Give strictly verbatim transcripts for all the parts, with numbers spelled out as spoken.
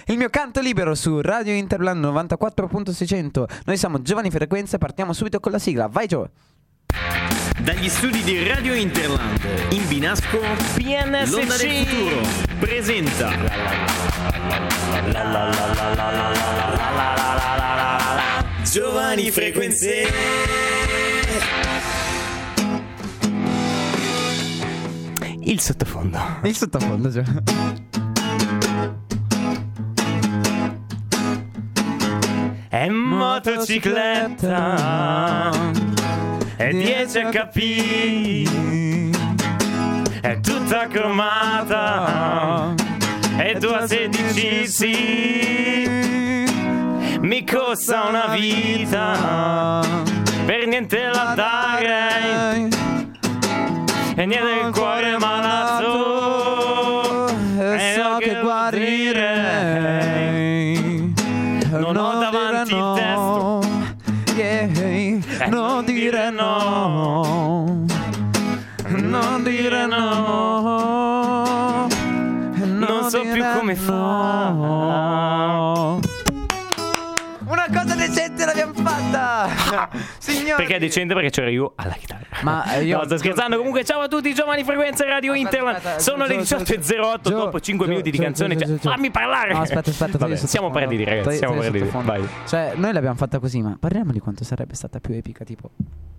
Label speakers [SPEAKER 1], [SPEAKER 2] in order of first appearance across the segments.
[SPEAKER 1] Il mio canto libero su Radio Interland novantaquattro punto seicento. Noi siamo Giovani Frequenze, partiamo subito con la sigla. Vai Gio.
[SPEAKER 2] Dagli studi di Radio Interland in Binasco,
[SPEAKER 3] P N S C
[SPEAKER 2] l'Onda del Futuro presenta Giovani Frequenze.
[SPEAKER 3] Il sottofondo.
[SPEAKER 1] Il sottofondo, Gio.
[SPEAKER 3] È motocicletta, è dieci H P, è tutta cromata, è due a sedici sì, mi costa una vita, per niente la darei, e niente il cuore malato, e so che guarirei. Non ho davanti il testo,
[SPEAKER 1] yeah. Non dire no, non dire no,
[SPEAKER 3] non so più come fa.
[SPEAKER 1] Una cosa decente l'abbiamo fatta, signori.
[SPEAKER 3] Perché è decente? Perché c'ero io alla chitarra.
[SPEAKER 1] Ma io
[SPEAKER 3] no, sto scherzando. Comunque ciao a tutti, Giovani Frequenze Radio
[SPEAKER 1] aspetta,
[SPEAKER 3] Interland.
[SPEAKER 1] aspetta,
[SPEAKER 3] Sono
[SPEAKER 1] Gio,
[SPEAKER 3] le diciotto e zero otto
[SPEAKER 1] Gio,
[SPEAKER 3] dopo cinque
[SPEAKER 1] Gio,
[SPEAKER 3] minuti di
[SPEAKER 1] Gio,
[SPEAKER 3] canzone.
[SPEAKER 1] Gio,
[SPEAKER 3] Cioè,
[SPEAKER 1] Gio, Gio.
[SPEAKER 3] fammi parlare.
[SPEAKER 1] No, aspetta, aspetta,
[SPEAKER 3] Vabbè,
[SPEAKER 1] togli
[SPEAKER 3] siamo
[SPEAKER 1] sottofondo.
[SPEAKER 3] perditi, ragazzi.
[SPEAKER 1] Togli-
[SPEAKER 3] Siamo
[SPEAKER 1] togli
[SPEAKER 3] perditi.
[SPEAKER 1] sottofondo.
[SPEAKER 3] Vai.
[SPEAKER 1] Cioè, noi l'abbiamo fatta così, ma parliamo di quanto sarebbe stata più epica, tipo.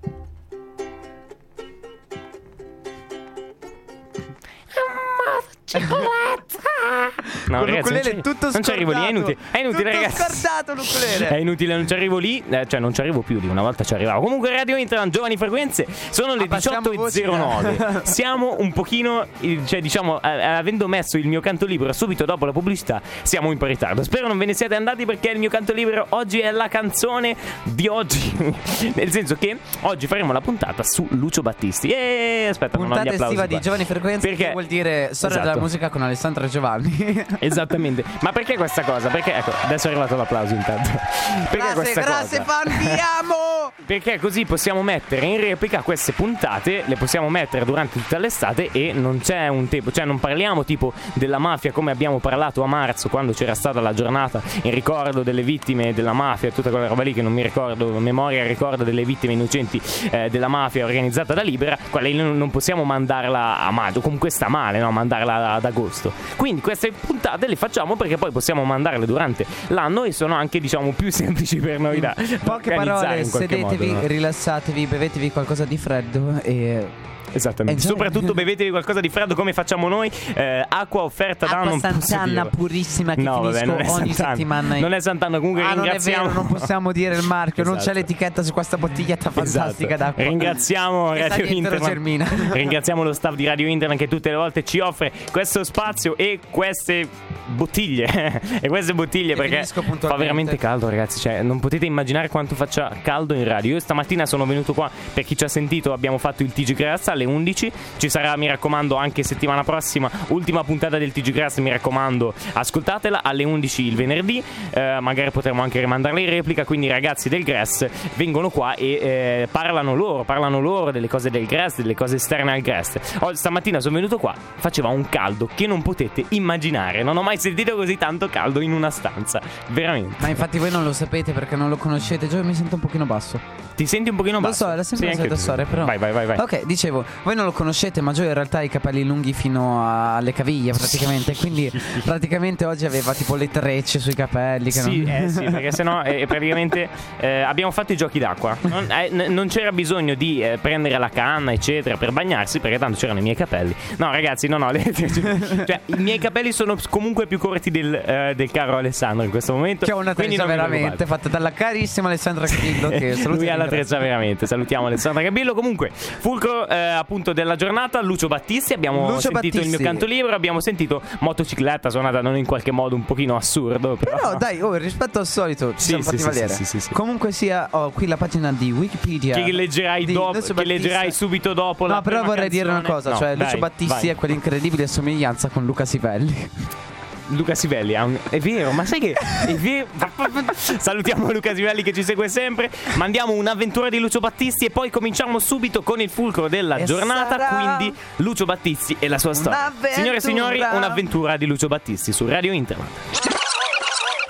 [SPEAKER 3] No,
[SPEAKER 1] Con
[SPEAKER 3] ragazzi, non
[SPEAKER 1] l'ukulele
[SPEAKER 3] ci-
[SPEAKER 1] tutto
[SPEAKER 3] non ci arrivo lì, è inutile. È inutile,
[SPEAKER 1] tutto
[SPEAKER 3] ragazzi.
[SPEAKER 1] scordato l'ukulele.
[SPEAKER 3] È inutile, non ci arrivo lì. eh, Cioè, non ci arrivo più di una volta ci arrivavo. Comunque, Radio Interland, Giovani Frequenze. Sono le
[SPEAKER 1] Abbassiamo
[SPEAKER 3] diciotto e zero nove.
[SPEAKER 1] voci.
[SPEAKER 3] Siamo un pochino, eh, cioè, diciamo, eh, avendo messo il mio canto libero subito dopo la pubblicità, siamo un po' in ritardo. Spero non ve ne siate andati, perché il mio canto libero oggi è la canzone di oggi. Nel senso che oggi faremo la puntata su Lucio Battisti. E aspetta, non ho
[SPEAKER 1] Puntata
[SPEAKER 3] gli applausi
[SPEAKER 1] estiva
[SPEAKER 3] qua.
[SPEAKER 1] di Giovani Frequenze,
[SPEAKER 3] Perché
[SPEAKER 1] che vuol dire storia
[SPEAKER 3] Esatto.
[SPEAKER 1] della musica con Alessandra e Giovanni.
[SPEAKER 3] Esattamente. Ma perché questa cosa? Perché, ecco, adesso è arrivato l'applauso intanto. Perché
[SPEAKER 1] Grazie,
[SPEAKER 3] questa
[SPEAKER 1] grazie,
[SPEAKER 3] cosa?
[SPEAKER 1] fanviamo!
[SPEAKER 3] Perché così possiamo mettere in replica queste puntate, le possiamo mettere durante tutta l'estate e non c'è un tempo, cioè non parliamo tipo della mafia come abbiamo parlato a marzo, quando c'era stata la giornata in ricordo delle vittime della mafia e tutta quella roba lì che non mi ricordo, memoria e ricordo delle vittime innocenti eh, della mafia organizzata da Libera. Quella lì non non possiamo mandarla a maggio, comunque sta male, no? Mandarla ad agosto. Quindi queste puntate le facciamo perché poi possiamo mandarle durante l'anno e sono anche, diciamo, più semplici per noi da
[SPEAKER 1] Poche
[SPEAKER 3] organizzare
[SPEAKER 1] parole,
[SPEAKER 3] in qualche
[SPEAKER 1] sedetevi,
[SPEAKER 3] modo, no?
[SPEAKER 1] rilassatevi, bevetevi qualcosa di freddo e...
[SPEAKER 3] Esattamente,
[SPEAKER 1] Enjoy.
[SPEAKER 3] soprattutto bevetevi qualcosa di freddo come facciamo noi, eh, acqua offerta da
[SPEAKER 1] Acqua
[SPEAKER 3] non posso
[SPEAKER 1] Sant'Anna
[SPEAKER 3] dirlo.
[SPEAKER 1] purissima che
[SPEAKER 3] No, vabbè,
[SPEAKER 1] finisco
[SPEAKER 3] non è
[SPEAKER 1] ogni
[SPEAKER 3] Sant'Anna.
[SPEAKER 1] settimana in-
[SPEAKER 3] Non è Sant'Anna, comunque
[SPEAKER 1] Ah, non è
[SPEAKER 3] ringraziamo.
[SPEAKER 1] vero, non possiamo dire il marchio, non c'è
[SPEAKER 3] Esatto.
[SPEAKER 1] l'etichetta su questa bottiglietta fantastica
[SPEAKER 3] Esatto.
[SPEAKER 1] d'acqua.
[SPEAKER 3] Ringraziamo
[SPEAKER 1] Che sa
[SPEAKER 3] Radio
[SPEAKER 1] di
[SPEAKER 3] Interland.
[SPEAKER 1] Germina.
[SPEAKER 3] Ringraziamo lo staff di Radio Interland che tutte le volte ci offre questo spazio e queste bottiglie. E queste bottiglie
[SPEAKER 1] Che
[SPEAKER 3] perché
[SPEAKER 1] finisco
[SPEAKER 3] fa
[SPEAKER 1] puntualmente.
[SPEAKER 3] veramente caldo, ragazzi. Cioè, non potete immaginare quanto faccia caldo in radio. Io stamattina sono venuto qua, per chi ci ha sentito, abbiamo fatto il T G Grass alle undici. Ci sarà, mi raccomando, anche settimana prossima, ultima puntata del T G Grass, mi raccomando, ascoltatela alle undici il venerdì. eh, Magari potremo anche rimandarla in replica. Quindi i ragazzi del Grass vengono qua e eh, parlano loro Parlano loro delle cose del Grass, delle cose esterne al Grass. Oggi stamattina sono venuto qua, faceva un caldo che non potete immaginare. Non ho mai sentito così tanto caldo in una stanza, veramente.
[SPEAKER 1] Ma infatti voi non lo sapete perché non lo conoscete. Già mi sento un pochino basso.
[SPEAKER 3] Ti senti un pochino
[SPEAKER 1] Lo
[SPEAKER 3] basso?
[SPEAKER 1] so, era sempre
[SPEAKER 3] Sì,
[SPEAKER 1] la
[SPEAKER 3] anche
[SPEAKER 1] solita
[SPEAKER 3] tu.
[SPEAKER 1] storia, però.
[SPEAKER 3] Vai, vai, vai, vai.
[SPEAKER 1] Ok, dicevo, voi non lo conoscete, ma Gio in realtà ha i capelli lunghi fino a- alle caviglie praticamente. Quindi praticamente oggi aveva tipo le trecce sui capelli che
[SPEAKER 3] Sì,
[SPEAKER 1] non...
[SPEAKER 3] eh, sì, perché sennò eh, praticamente eh, abbiamo fatto i giochi d'acqua. Non, eh, n- non c'era bisogno di eh, prendere la canna, eccetera, per bagnarsi, perché tanto c'erano i miei capelli. No, ragazzi, no, no. le- cioè, i miei capelli sono comunque più corti del, eh, del caro Alessandro in questo momento.
[SPEAKER 1] Che è una
[SPEAKER 3] quindi
[SPEAKER 1] treccia
[SPEAKER 3] non vi
[SPEAKER 1] veramente
[SPEAKER 3] preoccupate.
[SPEAKER 1] fatta dalla carissima Alessandra Cabillo, che saluti
[SPEAKER 3] Lui
[SPEAKER 1] e
[SPEAKER 3] ha la
[SPEAKER 1] ringrazio.
[SPEAKER 3] treccia veramente. Salutiamo Alessandra Cabillo. Comunque, fulcro eh, appunto della giornata, Lucio Battisti. Abbiamo
[SPEAKER 1] Lucio
[SPEAKER 3] sentito
[SPEAKER 1] Battisti.
[SPEAKER 3] il mio canto libero. Abbiamo sentito motocicletta suonata non in qualche modo un pochino assurdo, però,
[SPEAKER 1] Però dai, oh, rispetto al solito ci
[SPEAKER 3] Sì,
[SPEAKER 1] siamo
[SPEAKER 3] sì,
[SPEAKER 1] fatti
[SPEAKER 3] sì,
[SPEAKER 1] valere.
[SPEAKER 3] sì, sì, sì.
[SPEAKER 1] Comunque sia, ho qui la pagina di Wikipedia
[SPEAKER 3] che leggerai
[SPEAKER 1] di
[SPEAKER 3] dopo,
[SPEAKER 1] Lucio
[SPEAKER 3] che leggerai
[SPEAKER 1] Battista.
[SPEAKER 3] subito dopo la
[SPEAKER 1] No, però
[SPEAKER 3] prima
[SPEAKER 1] vorrei dire una
[SPEAKER 3] canzone.
[SPEAKER 1] cosa,
[SPEAKER 3] No,
[SPEAKER 1] cioè
[SPEAKER 3] dai,
[SPEAKER 1] Lucio Battisti
[SPEAKER 3] vai.
[SPEAKER 1] è quell'incredibile somiglianza con Luca Sivelli.
[SPEAKER 3] Luca Sivelli ha un... è vero, ma sai che è vero? Salutiamo Luca Sivelli che ci segue sempre. Mandiamo un'avventura di Lucio Battisti e poi cominciamo subito con il fulcro della
[SPEAKER 1] E
[SPEAKER 3] giornata,
[SPEAKER 1] sarà
[SPEAKER 3] quindi Lucio Battisti e la sua storia.
[SPEAKER 1] un'avventura.
[SPEAKER 3] Signore e signori, un'avventura di Lucio Battisti su Radio Interland.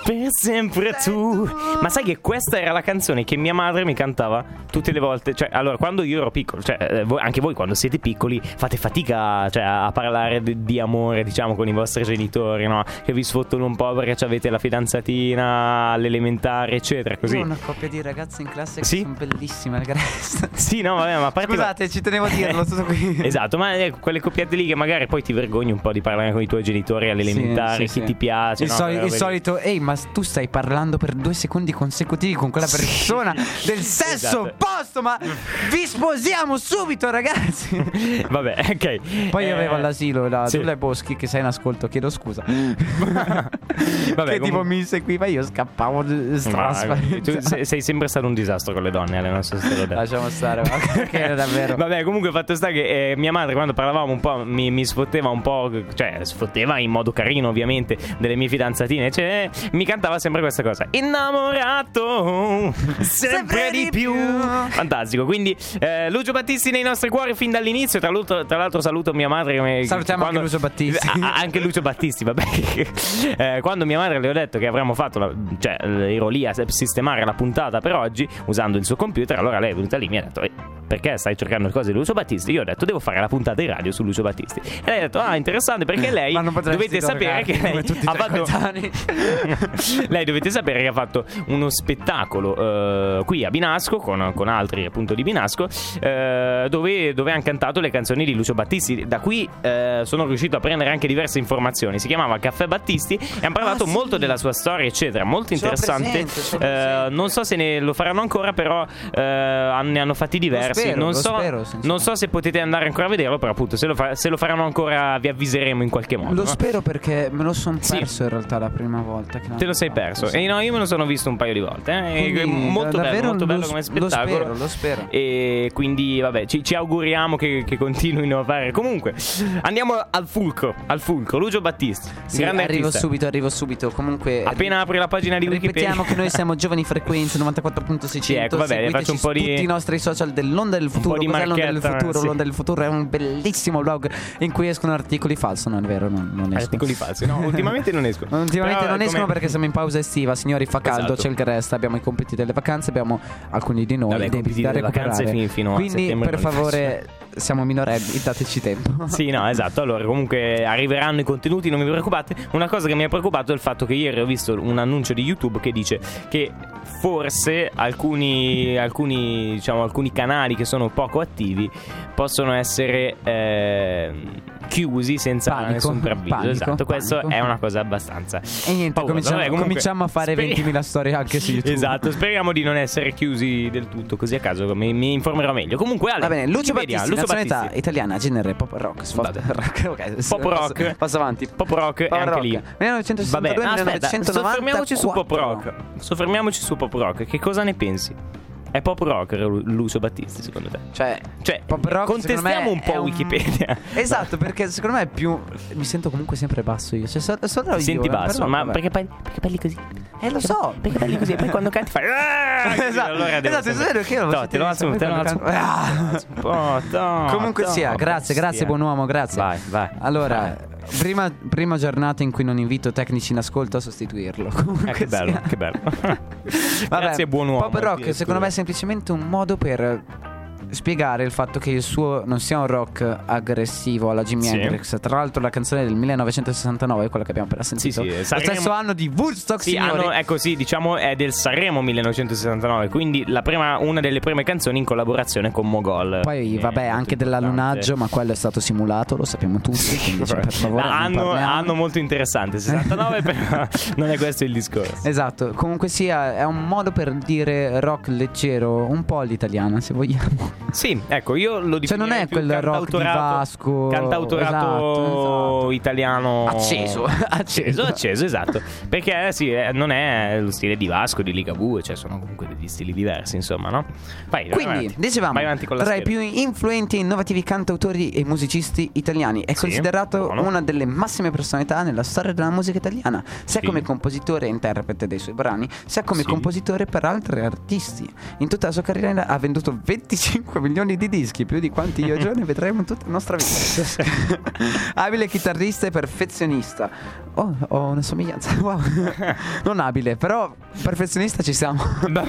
[SPEAKER 3] per sempre tu. Ma sai che questa era la canzone che mia madre mi cantava tutte le volte. Cioè, allora, quando io ero piccolo, cioè, eh, voi, anche voi quando siete piccoli fate fatica, cioè, a parlare di, di amore, diciamo, con i vostri genitori, no? Che vi sfottono un po' perché avete la fidanzatina all'elementare, eccetera, così.
[SPEAKER 1] Io ho una coppia di ragazze in classe che
[SPEAKER 3] sì?
[SPEAKER 1] sono bellissime, ragazzi.
[SPEAKER 3] Sì, no, vabbè, ma a parte
[SPEAKER 1] scusate,
[SPEAKER 3] la...
[SPEAKER 1] ci tenevo a dirlo tutto qui.
[SPEAKER 3] Esatto, ma eh, quelle coppiette lì che magari poi ti vergogni un po' di parlare con i tuoi genitori all'elementare,
[SPEAKER 1] sì,
[SPEAKER 3] chi
[SPEAKER 1] sì,
[SPEAKER 3] ti piace,
[SPEAKER 1] il,
[SPEAKER 3] no?
[SPEAKER 1] soli- il solito, ehi, ma tu stai parlando per due secondi consecutivi con quella persona del sesso
[SPEAKER 3] Esatto.
[SPEAKER 1] opposto, ma vi sposiamo subito, ragazzi.
[SPEAKER 3] Vabbè, ok.
[SPEAKER 1] Poi
[SPEAKER 3] eh...
[SPEAKER 1] io avevo all'asilo la
[SPEAKER 3] sì.
[SPEAKER 1] Giulia Boschi, che sei in ascolto, chiedo scusa.
[SPEAKER 3] Vabbè,
[SPEAKER 1] che
[SPEAKER 3] comunque...
[SPEAKER 1] tipo mi seguiva, io scappavo
[SPEAKER 3] Ma, tu sei, sei sempre stato un disastro con le donne, Ale, non so se te l'ho detto.
[SPEAKER 1] Lasciamo stare, ma che era davvero.
[SPEAKER 3] Vabbè, comunque fatto sta che eh, mia madre quando parlavamo un po' mi, mi sfotteva un po', cioè sfotteva in modo carino ovviamente delle mie fidanzatine, cioè mi cantava sempre questa cosa: innamorato sempre, sempre di più. Fantastico, quindi eh, Lucio Battisti nei nostri cuori fin dall'inizio. Tra l'altro, tra l'altro saluto mia madre che,
[SPEAKER 1] salutiamo
[SPEAKER 3] quando,
[SPEAKER 1] anche Lucio Battisti.
[SPEAKER 3] a, anche Lucio Battisti, vabbè. eh, quando mia madre le ho detto che avremmo fatto la, cioè ero lì a sistemare la puntata per oggi usando il suo computer, allora lei è venuta lì e mi ha detto: eh, perché stai cercando le cose di Lucio Battisti? Io ho detto: devo fare la puntata di radio su Lucio Battisti. E lei ha detto: ah, interessante, perché lei dovete sapere che lei ha fatto lei dovete sapere che ha fatto uno spettacolo uh, qui a Binasco con, con altri appunto di Binasco, uh, dove, dove hanno cantato le canzoni di Lucio Battisti. Da qui uh, sono riuscito a prendere anche diverse informazioni. Si chiamava Caffè Battisti e hanno parlato ah, sì. molto della sua storia, eccetera. Molto interessante. Presente, uh, non so se ne lo faranno ancora, però uh, ne hanno fatti diversi.
[SPEAKER 1] Spero,
[SPEAKER 3] non, so,
[SPEAKER 1] spero,
[SPEAKER 3] non so se potete andare ancora a vederlo, però appunto se lo, fa- se lo faranno ancora vi avviseremo in qualche modo.
[SPEAKER 1] Lo
[SPEAKER 3] no?
[SPEAKER 1] spero, perché me lo sono perso
[SPEAKER 3] sì.
[SPEAKER 1] in realtà la prima volta che
[SPEAKER 3] te lo sei perso, sì. E no, io me lo sono visto un paio di volte, eh?
[SPEAKER 1] Quindi,
[SPEAKER 3] molto bello, molto bello
[SPEAKER 1] lo,
[SPEAKER 3] come spettacolo.
[SPEAKER 1] Lo spero, lo spero.
[SPEAKER 3] E quindi vabbè, ci, ci auguriamo che, che continuino a fare. Comunque andiamo al fulcro, al fulcro Lucio Battisti,
[SPEAKER 1] sì,
[SPEAKER 3] grande
[SPEAKER 1] arrivo
[SPEAKER 3] artista.
[SPEAKER 1] subito, arrivo subito. Comunque
[SPEAKER 3] appena apri la pagina di Wikipedia
[SPEAKER 1] ripetiamo che noi siamo Giovani Frequenze novantaquattro punto seicento.
[SPEAKER 3] Sì, ecco, vabbè, faccio un po' di
[SPEAKER 1] tutti i nostri social dell'Onda del Futuro.
[SPEAKER 3] Un po' di
[SPEAKER 1] Cos'è l'Onda del Futuro?
[SPEAKER 3] sì.
[SPEAKER 1] L'Onda del Futuro è un bellissimo blog in cui escono articoli falsi. Non è vero, non, non escono
[SPEAKER 3] articoli falsi. No, ultimamente non escono.
[SPEAKER 1] Ultimamente
[SPEAKER 3] Però,
[SPEAKER 1] non escono
[SPEAKER 3] come...
[SPEAKER 1] perché siamo in pausa estiva, signori. Fa caldo,
[SPEAKER 3] esatto.
[SPEAKER 1] c'è il Grest, abbiamo i compiti delle vacanze, abbiamo alcuni di noi
[SPEAKER 3] Vabbè,
[SPEAKER 1] debiti da recuperare.
[SPEAKER 3] Fino, fino
[SPEAKER 1] Quindi
[SPEAKER 3] a
[SPEAKER 1] per favore, siamo minorenni, dateci tempo.
[SPEAKER 3] Sì, no, esatto. Allora, comunque arriveranno i contenuti, non vi preoccupate. Una cosa che mi ha preoccupato è il fatto che ieri ho visto un annuncio di YouTube che dice che forse alcuni, alcuni, diciamo, alcuni canali che sono poco attivi possono essere eh, chiusi senza
[SPEAKER 1] panico,
[SPEAKER 3] nessun preavviso.
[SPEAKER 1] Panico,
[SPEAKER 3] esatto, questo
[SPEAKER 1] panico.
[SPEAKER 3] è una cosa abbastanza.
[SPEAKER 1] E niente, cominciamo,
[SPEAKER 3] Vabbè, comunque,
[SPEAKER 1] cominciamo a fare
[SPEAKER 3] speri-
[SPEAKER 1] ventimila storie anche su YouTube.
[SPEAKER 3] Esatto, speriamo di non essere chiusi del tutto, così a caso mi, mi informerò meglio. Comunque, Ale,
[SPEAKER 1] va bene, Lucio
[SPEAKER 3] Wikipedia,
[SPEAKER 1] Battisti,
[SPEAKER 3] Lucio
[SPEAKER 1] nazionalità
[SPEAKER 3] Battisti.
[SPEAKER 1] italiana, genere pop rock, soft
[SPEAKER 3] Vabbè.
[SPEAKER 1] rock. Okay,
[SPEAKER 3] Pop rock.
[SPEAKER 1] Passo, passo avanti.
[SPEAKER 3] Pop rock
[SPEAKER 1] Pop
[SPEAKER 3] è anche
[SPEAKER 1] rock.
[SPEAKER 3] lì.
[SPEAKER 1] millenovecentosessantadue
[SPEAKER 3] Vabbè, aspetta,
[SPEAKER 1] millenovecentonovantaquattro.
[SPEAKER 3] soffermiamoci su pop rock. Soffermiamoci su pop rock. Che cosa ne pensi? È pop rock Lucio Battisti, secondo te?
[SPEAKER 1] Cioè,
[SPEAKER 3] cioè
[SPEAKER 1] pop rock,
[SPEAKER 3] contestiamo un po'
[SPEAKER 1] un...
[SPEAKER 3] Wikipedia.
[SPEAKER 1] Esatto, perché secondo me è più. Mi sento comunque sempre basso io. Cioè, so, solo io,
[SPEAKER 3] senti
[SPEAKER 1] eh,
[SPEAKER 3] basso,
[SPEAKER 1] però,
[SPEAKER 3] ma
[SPEAKER 1] vabbè.
[SPEAKER 3] perché parli, perché parli così?
[SPEAKER 1] Eh, lo so.
[SPEAKER 3] Perché parli così? E poi quando canti fai.
[SPEAKER 1] Esatto,
[SPEAKER 3] allora devo
[SPEAKER 1] esatto, è
[SPEAKER 3] sempre...
[SPEAKER 1] vero che io lo
[SPEAKER 3] no, te lo alzo un po'.
[SPEAKER 1] Comunque sia, grazie, grazie, buon uomo, grazie.
[SPEAKER 3] Vai, vai.
[SPEAKER 1] Allora. Prima, prima giornata in cui non invito tecnici in ascolto a sostituirlo.
[SPEAKER 3] Eh, che bello,
[SPEAKER 1] sia.
[SPEAKER 3] che bello.
[SPEAKER 1] Vabbè,
[SPEAKER 3] Grazie, buon uomo.
[SPEAKER 1] Pop rock secondo me è semplicemente un modo per spiegare il fatto che il suo non sia un rock aggressivo alla Jimi
[SPEAKER 3] Sì.
[SPEAKER 1] Hendrix. Tra l'altro la canzone del millenovecentosessantanove, quella che abbiamo appena sentito,
[SPEAKER 3] Sì, sì,
[SPEAKER 1] lo
[SPEAKER 3] Sanremo-
[SPEAKER 1] stesso anno di Woodstock,
[SPEAKER 3] Sì,
[SPEAKER 1] signori.
[SPEAKER 3] hanno, ecco sì, diciamo è del Sanremo millenovecentosessantanove, quindi la prima, una delle prime canzoni in collaborazione con Mogol.
[SPEAKER 1] Poi
[SPEAKER 3] Eh,
[SPEAKER 1] vabbè,
[SPEAKER 3] molto
[SPEAKER 1] anche
[SPEAKER 3] importante.
[SPEAKER 1] dell'allunaggio, ma quello è stato simulato, lo sappiamo tutti, quindi cioè, per favore non
[SPEAKER 3] anno,
[SPEAKER 1] parliamo.
[SPEAKER 3] anno molto interessante, sessantanove però non è questo il discorso.
[SPEAKER 1] Esatto, comunque sia, è un modo per dire rock leggero, un po' all'italiana, se vogliamo.
[SPEAKER 3] Sì, ecco, io lo
[SPEAKER 1] Cioè non
[SPEAKER 3] definirei
[SPEAKER 1] è
[SPEAKER 3] più
[SPEAKER 1] quel rock di
[SPEAKER 3] cantautorato-
[SPEAKER 1] Vasco.
[SPEAKER 3] Cantautorato
[SPEAKER 1] Esatto, esatto.
[SPEAKER 3] italiano
[SPEAKER 1] Acceso,
[SPEAKER 3] acceso, acceso, esatto. Perché eh, sì, eh, non è lo stile di Vasco, di Ligabue, cioè sono comunque degli stili diversi, insomma, no? Vai, vai
[SPEAKER 1] Quindi,
[SPEAKER 3] avanti.
[SPEAKER 1] dicevamo,
[SPEAKER 3] Vai avanti con la
[SPEAKER 1] tra i
[SPEAKER 3] scheda.
[SPEAKER 1] più influenti e innovativi cantautori e musicisti italiani, è
[SPEAKER 3] Sì,
[SPEAKER 1] considerato
[SPEAKER 3] buono.
[SPEAKER 1] una delle massime personalità nella storia della musica italiana, sia
[SPEAKER 3] Sì.
[SPEAKER 1] come compositore e interprete dei suoi brani, sia come
[SPEAKER 3] Sì.
[SPEAKER 1] compositore per altri artisti. In tutta la sua carriera ha venduto venticinque cinque milioni di dischi, più di quanti io e Giovanni vedremo in tutta la nostra vita. Abile chitarrista e perfezionista. Oh, ho una somiglianza. Wow. Non abile, però perfezionista ci siamo.
[SPEAKER 3] No.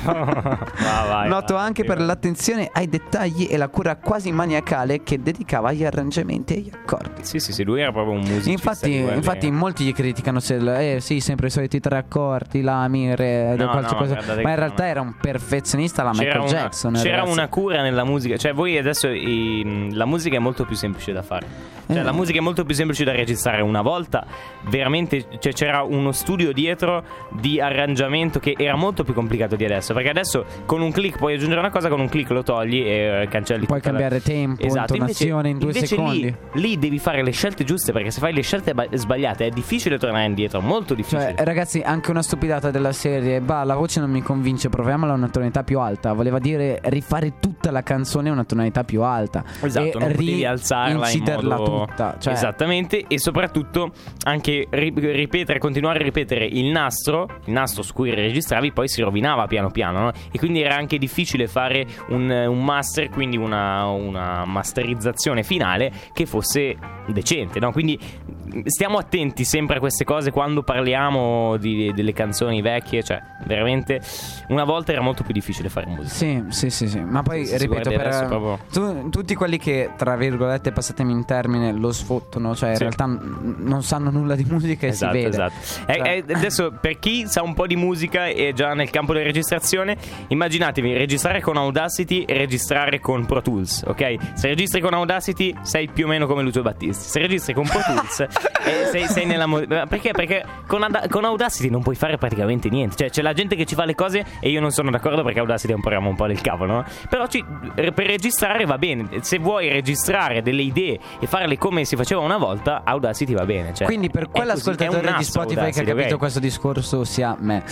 [SPEAKER 3] Va, vai,
[SPEAKER 1] Noto
[SPEAKER 3] vai,
[SPEAKER 1] anche
[SPEAKER 3] vai.
[SPEAKER 1] per l'attenzione ai dettagli e la cura quasi maniacale che dedicava agli arrangiamenti e agli accordi.
[SPEAKER 3] Sì, sì, sì, lui era proprio un musicista.
[SPEAKER 1] Infatti,
[SPEAKER 3] di quelli-
[SPEAKER 1] infatti molti gli criticano se il- eh sì, sempre i soliti tre accordi, la mi, re,
[SPEAKER 3] No,
[SPEAKER 1] qualche
[SPEAKER 3] no,
[SPEAKER 1] cosa.
[SPEAKER 3] guardate
[SPEAKER 1] Ma
[SPEAKER 3] che
[SPEAKER 1] in realtà
[SPEAKER 3] no.
[SPEAKER 1] era un perfezionista alla
[SPEAKER 3] C'era
[SPEAKER 1] Michael
[SPEAKER 3] una,
[SPEAKER 1] Jackson.
[SPEAKER 3] c'era
[SPEAKER 1] ragazzi.
[SPEAKER 3] una cura nella musica. Cioè, voi adesso i- la musica è molto più semplice da fare. Cioè,
[SPEAKER 1] Eh.
[SPEAKER 3] la musica è molto più semplice da registrare. Una volta veramente, cioè, c'era uno studio dietro di arrangiamento che era molto più complicato di adesso. Perché adesso con un click puoi aggiungere una cosa, con un click lo togli e eh, cancelli
[SPEAKER 1] Puoi
[SPEAKER 3] tutta la-
[SPEAKER 1] cambiare tempo,
[SPEAKER 3] Esatto,
[SPEAKER 1] intonazione in due
[SPEAKER 3] invece
[SPEAKER 1] secondi.
[SPEAKER 3] Lì, lì devi fare le scelte giuste. Perché se fai le scelte ba- sbagliate è difficile tornare indietro. Molto difficile.
[SPEAKER 1] Cioè, ragazzi, anche una stupidata della serie. Bah, la voce non mi convince, proviamola a una tonalità più alta. Voleva dire rifare tutta la canzone a una tonalità più alta.
[SPEAKER 3] Esatto,
[SPEAKER 1] e
[SPEAKER 3] non potevi alzarla in
[SPEAKER 1] inciderla
[SPEAKER 3] modo...
[SPEAKER 1] tutta. Cioè,
[SPEAKER 3] Esattamente. E soprattutto anche ri- ripetere, continuare a ripetere il nastro, il nastro su cui registravi, poi si rovinava piano piano, no? E quindi era anche difficile fare un, un master, quindi una, una masterizzazione finale che fosse decente, no? Quindi stiamo attenti sempre a queste cose quando parliamo di, delle canzoni vecchie. Cioè, veramente una volta era molto più difficile fare musica.
[SPEAKER 1] Sì, sì, sì, sì. Ma poi
[SPEAKER 3] Sì, sì,
[SPEAKER 1] ripeto,
[SPEAKER 3] guardi,
[SPEAKER 1] per
[SPEAKER 3] adesso proprio-
[SPEAKER 1] tu- tutti quelli che, tra virgolette, passatemi in termine, lo sfottono, cioè in
[SPEAKER 3] Sì.
[SPEAKER 1] realtà n- non sanno nulla di musica e
[SPEAKER 3] Esatto,
[SPEAKER 1] si vede.
[SPEAKER 3] esatto. E-
[SPEAKER 1] Cioè-
[SPEAKER 3] e adesso, per chi sa un po' di musica e già nel campo della registrazione, immaginatevi registrare con Audacity e registrare con Pro Tools, ok? Se registri con Audacity sei più o meno come Lucio Battisti. Se registri con Pro Tools eh, sei, sei nella mo- perché? Perché con, Ad- con Audacity non puoi fare praticamente niente. Cioè, c'è la gente che ci fa le cose e io non sono d'accordo, perché Audacity è un programma un po' del cavolo, no? Però ci- per registrare va bene. Se vuoi registrare delle idee e farle come si faceva una volta, Audacity va bene. Cioè,
[SPEAKER 1] Quindi per
[SPEAKER 3] è così, è
[SPEAKER 1] quell'ascoltatore
[SPEAKER 3] un
[SPEAKER 1] di
[SPEAKER 3] nastro
[SPEAKER 1] Spotify che ha
[SPEAKER 3] Audacity,
[SPEAKER 1] capito
[SPEAKER 3] ok?
[SPEAKER 1] questo discorso sia me.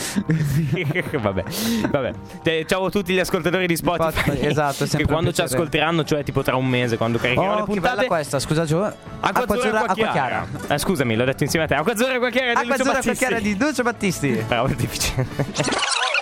[SPEAKER 3] vabbè, vabbè. Cioè, ciao a tutti gli ascoltatori di Spotify,
[SPEAKER 1] Spotify, esatto, è
[SPEAKER 3] che
[SPEAKER 1] sempre un
[SPEAKER 3] quando ci
[SPEAKER 1] piacere.
[SPEAKER 3] ascolteranno, cioè tipo tra un mese, quando caricherò le
[SPEAKER 1] Oh, che bella
[SPEAKER 3] puntate.
[SPEAKER 1] questa, scusa Gio.
[SPEAKER 3] Acqua azzurra, acqua chiara. Eh, scusami, l'ho detto insieme a te. Acqua azzurra, acqua chiara di
[SPEAKER 1] Acqua
[SPEAKER 3] Lucio
[SPEAKER 1] azzurra, acqua
[SPEAKER 3] Battisti.
[SPEAKER 1] chiara di Lucio Battisti.
[SPEAKER 3] Bravo, deficiente.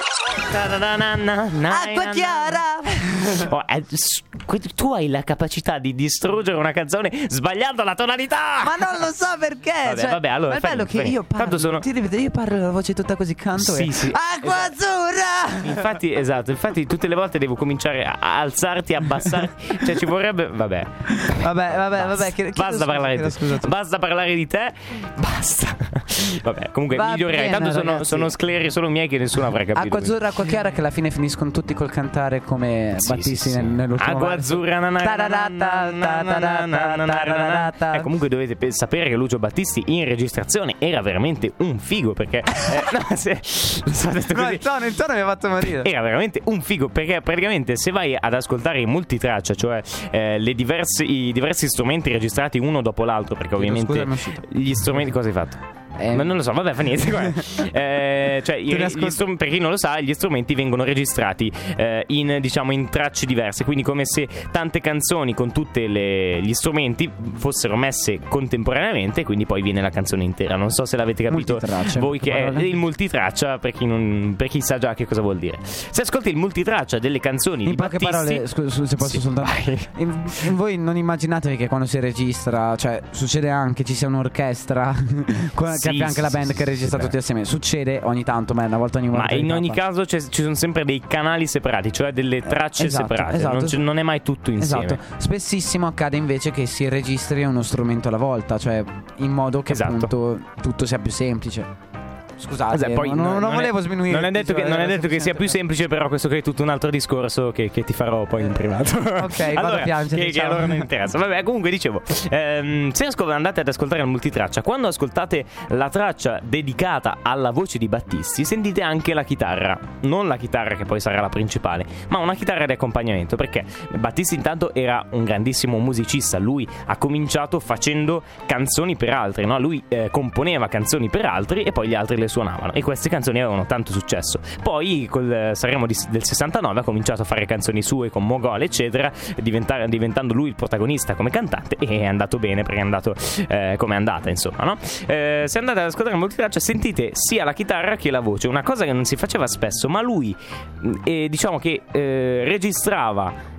[SPEAKER 1] Acqua chiara.
[SPEAKER 3] Oh, eh, s- tu hai la capacità di distruggere una canzone sbagliando la tonalità.
[SPEAKER 1] Ma non lo so perché.
[SPEAKER 3] Vabbè,
[SPEAKER 1] cioè,
[SPEAKER 3] vabbè, allora,
[SPEAKER 1] ma è
[SPEAKER 3] fai
[SPEAKER 1] bello
[SPEAKER 3] niente,
[SPEAKER 1] che
[SPEAKER 3] fai
[SPEAKER 1] io
[SPEAKER 3] niente.
[SPEAKER 1] parlo.
[SPEAKER 3] Tanto sono-
[SPEAKER 1] Ti devi vedere, io parlo la voce tutta così canto.
[SPEAKER 3] Sì,
[SPEAKER 1] e...
[SPEAKER 3] sì,
[SPEAKER 1] Acqua azzurra.
[SPEAKER 3] Infatti, esatto, infatti tutte le volte devo cominciare a a alzarti, a abbassarti. Cioè ci vorrebbe. Vabbè.
[SPEAKER 1] Vabbè, vabbè, vabbè. chiedo- chiedo
[SPEAKER 3] Basta
[SPEAKER 1] scusa,
[SPEAKER 3] parlare
[SPEAKER 1] chiedo
[SPEAKER 3] di
[SPEAKER 1] scusa a
[SPEAKER 3] te.
[SPEAKER 1] tutti.
[SPEAKER 3] Basta parlare di te. Basta. Vabbè, comunque
[SPEAKER 1] Va
[SPEAKER 3] migliorerai.
[SPEAKER 1] bene,
[SPEAKER 3] Tanto sono,
[SPEAKER 1] ragazzi.
[SPEAKER 3] sono scleri solo miei che nessuno avrà capito.
[SPEAKER 1] Acqua azzurra, acqua chiara, che alla fine finiscono tutti col cantare come
[SPEAKER 3] Sì,
[SPEAKER 1] Battisti
[SPEAKER 3] sì, sì.
[SPEAKER 1] nel- nell'ultimo
[SPEAKER 3] Acqua
[SPEAKER 1] verso.
[SPEAKER 3] azzurra na na na
[SPEAKER 1] Tararata,
[SPEAKER 3] na na na na na na na na. Eh, comunque dovete pe- sapere che Lucio Battisti in registrazione era veramente un figo, perché eh, no, se, lo so, detto
[SPEAKER 1] No,
[SPEAKER 3] così.
[SPEAKER 1] il tono, il tono mi ha fatto morire.
[SPEAKER 3] Era veramente un figo, perché praticamente se vai ad ascoltare i multitraccia, cioè eh, le diverse, i diversi strumenti registrati uno dopo l'altro, perché ovviamente
[SPEAKER 1] scusa, mi è uscito.
[SPEAKER 3] gli strumenti, cosa hai fatto?
[SPEAKER 1] Eh,
[SPEAKER 3] Ma non lo so, vabbè, fa niente. guarda. Eh, cioè, i-
[SPEAKER 1] Te ne
[SPEAKER 3] gli
[SPEAKER 1] ascolto.
[SPEAKER 3] strum- per chi non lo sa, gli strumenti vengono registrati eh, in, diciamo, in tracce diverse. Quindi, come se tante canzoni con tutti gli strumenti fossero messe contemporaneamente. Quindi, poi viene la canzone intera. Non so se l'avete capito
[SPEAKER 1] Multitraccia,
[SPEAKER 3] voi, che è
[SPEAKER 1] parole.
[SPEAKER 3] il multitraccia. Per chi, non, per chi sa già che cosa vuol dire, se ascolti il multitraccia delle canzoni
[SPEAKER 1] In
[SPEAKER 3] di
[SPEAKER 1] poche
[SPEAKER 3] Battisti,
[SPEAKER 1] parole, scusa, scusa, se posso
[SPEAKER 3] Sì,
[SPEAKER 1] soltanto.
[SPEAKER 3] vai.
[SPEAKER 1] In- in- voi non immaginatevi che quando si registra, cioè succede anche ci sia un'orchestra con-
[SPEAKER 3] Sì,
[SPEAKER 1] che affianca la
[SPEAKER 3] sì,
[SPEAKER 1] band
[SPEAKER 3] sì,
[SPEAKER 1] che
[SPEAKER 3] sì,
[SPEAKER 1] registra
[SPEAKER 3] sì,
[SPEAKER 1] tutti
[SPEAKER 3] beh.
[SPEAKER 1] assieme. Succede ogni tanto, ma è una volta ogni volta.
[SPEAKER 3] Ma in
[SPEAKER 1] di
[SPEAKER 3] ogni
[SPEAKER 1] tappa.
[SPEAKER 3] caso c'è- ci sono sempre dei canali separati, cioè delle tracce
[SPEAKER 1] esatto,
[SPEAKER 3] separate.
[SPEAKER 1] esatto.
[SPEAKER 3] Non, c'è- non è mai tutto insieme.
[SPEAKER 1] Esatto. Spessissimo accade invece che si registri uno strumento alla volta, cioè in modo che
[SPEAKER 3] Esatto.
[SPEAKER 1] appunto tutto sia più semplice. Scusate,
[SPEAKER 3] Esatto, poi
[SPEAKER 1] non,
[SPEAKER 3] non-
[SPEAKER 1] non
[SPEAKER 3] non è-
[SPEAKER 1] volevo sminuire.
[SPEAKER 3] Non è detto che, non è detto che sia più semplice, però questo qui è tutto un altro discorso che, che ti farò poi in privato.
[SPEAKER 1] Ok, vado a piangere,
[SPEAKER 3] Che, che
[SPEAKER 1] ciao.
[SPEAKER 3] allora non interessa. Vabbè, comunque dicevo, ehm, se ascol- andate ad ascoltare il multitraccia, quando ascoltate la traccia dedicata alla voce di Battisti, sentite anche la chitarra. Non la chitarra che poi sarà la principale, ma una chitarra di accompagnamento, perché Battisti intanto era un grandissimo musicista. Lui ha cominciato facendo canzoni per altri, no? Lui eh, componeva canzoni per altri e poi gli altri le suonavano, e queste canzoni avevano tanto successo. Poi col eh, Sanremo di- del sessantanove ha cominciato a fare canzoni sue con Mogol eccetera, diventare- diventando lui il protagonista come cantante, e è andato bene perché è andato eh, come è andata, insomma, no? Eh, se andate ad ascoltare il multitraccia sentite sia la chitarra che la voce, una cosa che non si faceva spesso, ma lui mh, eh, diciamo che eh, registrava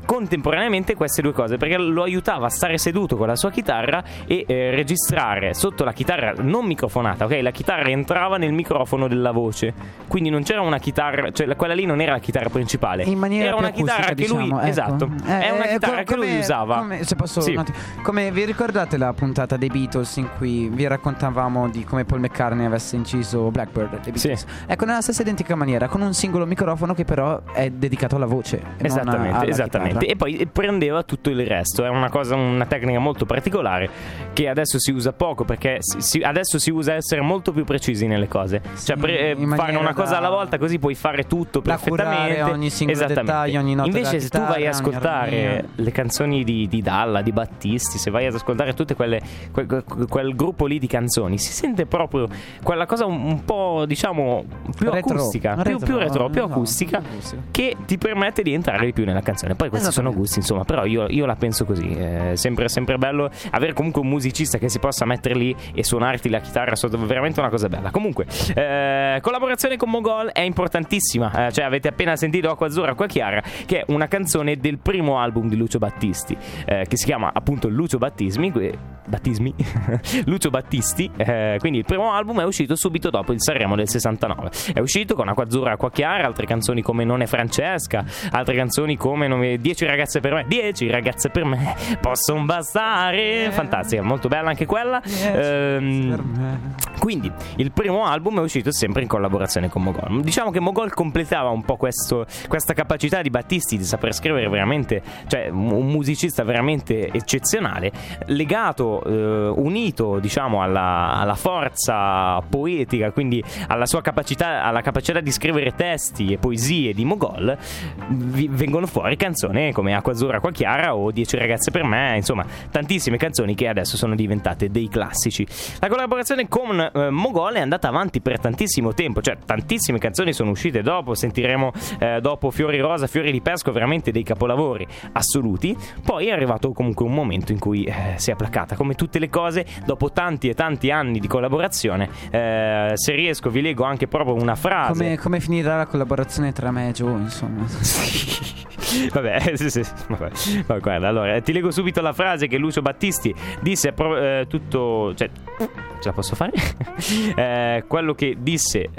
[SPEAKER 3] contemporaneamente queste due cose, perché lo aiutava a stare seduto con la sua chitarra e eh, registrare sotto la chitarra non microfonata, ok? La chitarra entrava nel microfono della voce, quindi non c'era una chitarra, cioè quella lì non era la chitarra principale,
[SPEAKER 1] in maniera
[SPEAKER 3] era
[SPEAKER 1] più
[SPEAKER 3] una chitarra
[SPEAKER 1] acustica,
[SPEAKER 3] che lui,
[SPEAKER 1] diciamo, ecco.
[SPEAKER 3] esatto,
[SPEAKER 1] Eh,
[SPEAKER 3] è una
[SPEAKER 1] eh,
[SPEAKER 3] chitarra
[SPEAKER 1] co-
[SPEAKER 3] che lui
[SPEAKER 1] come-
[SPEAKER 3] usava.
[SPEAKER 1] come- se posso
[SPEAKER 3] Sì.
[SPEAKER 1] un attimo. Come vi ricordate la puntata dei Beatles in cui vi raccontavamo di come Paul McCartney avesse inciso Blackbird dei Beatles?
[SPEAKER 3] Sì.
[SPEAKER 1] Ecco, nella stessa identica maniera, con un singolo microfono che però è dedicato alla voce, e non
[SPEAKER 3] Esattamente,
[SPEAKER 1] alla
[SPEAKER 3] esattamente.
[SPEAKER 1] chitarra.
[SPEAKER 3] E poi prendeva tutto il resto. È una cosa, una tecnica molto particolare che adesso si usa poco, perché si, si- adesso si usa essere molto più precisi nelle cose. Cioè, pre- eh,
[SPEAKER 1] in
[SPEAKER 3] fare
[SPEAKER 1] maniera
[SPEAKER 3] una cosa
[SPEAKER 1] da-
[SPEAKER 3] alla volta, così puoi fare tutto
[SPEAKER 1] da
[SPEAKER 3] perfettamente.
[SPEAKER 1] curare ogni singolo
[SPEAKER 3] Esattamente.
[SPEAKER 1] dettaglio, ogni nota
[SPEAKER 3] Invece,
[SPEAKER 1] della
[SPEAKER 3] se tu vai a
[SPEAKER 1] chitarra, ogni
[SPEAKER 3] ascoltare
[SPEAKER 1] armonia.
[SPEAKER 3] le canzoni di, di Dalla, di Battisti, se vai ad ascoltare tutte quelle quel, quel- quel gruppo lì di canzoni, si sente proprio quella cosa un, un po', diciamo, più
[SPEAKER 1] Retro.
[SPEAKER 3] acustica, più,
[SPEAKER 1] Retro,
[SPEAKER 3] più retro, più
[SPEAKER 1] no,
[SPEAKER 3] acustica,
[SPEAKER 1] più acustica.
[SPEAKER 3] che ti permette di entrare di più nella canzone. Poi questi sono
[SPEAKER 1] Esattamente.
[SPEAKER 3] gusti, insomma, però io, io la penso così. È sempre, sempre bello avere comunque un musicista che si possa mettere lì e suonarti la chitarra sotto, veramente una cosa bella. Comunque, eh, collaborazione con Mogol è importantissima. Eh, cioè, avete appena sentito Acqua Azzurra, Acqua Chiara, che è una canzone del primo album di Lucio Battisti, eh, che si chiama appunto Lucio Battismi. que- Battismi? Lucio Battisti. Eh, quindi il primo album è uscito subito dopo il Sanremo del sessantanove. È uscito con Acqua Azzurra, Acqua Chiara, altre canzoni come Non è Francesca, altre canzoni come non mi- Dieci ragazze per me, Dieci ragazze per me possono bastare. Fantastica, molto bella anche quella. Ehm,
[SPEAKER 1] Per me.
[SPEAKER 3] quindi il primo album è uscito sempre in collaborazione con Mogol. Diciamo che Mogol completava un po' questo, questa capacità di Battisti di saper scrivere veramente, cioè un un musicista veramente eccezionale, legato, eh, unito diciamo alla, alla forza poetica, quindi alla sua capacità, alla capacità di scrivere testi e poesie di Mogol. Vi- vengono fuori canzoni come Acqua Azzurra, Acqua Chiara o Dieci ragazze per me, insomma tantissime canzoni che adesso sono diventate dei classici. La collaborazione con eh, Mogol è andata avanti per tantissimo tempo, cioè tantissime canzoni sono uscite dopo, sentiremo eh, dopo Fiori Rosa, Fiori di Pesco, veramente dei capolavori assoluti. Poi è arrivato comunque un momento in cui eh, si è placata, come tutte le cose, dopo tanti e tanti anni di collaborazione. Eh, se riesco vi leggo anche proprio una frase.
[SPEAKER 1] Come, come finirà la collaborazione tra me e Joe, insomma.
[SPEAKER 3] Vabbè, sì, sì, vabbè. Ma guarda, allora eh, ti leggo subito la frase che Lucio Battisti disse pro- eh, tutto, cioè, ce la posso fare? eh, quello che disse,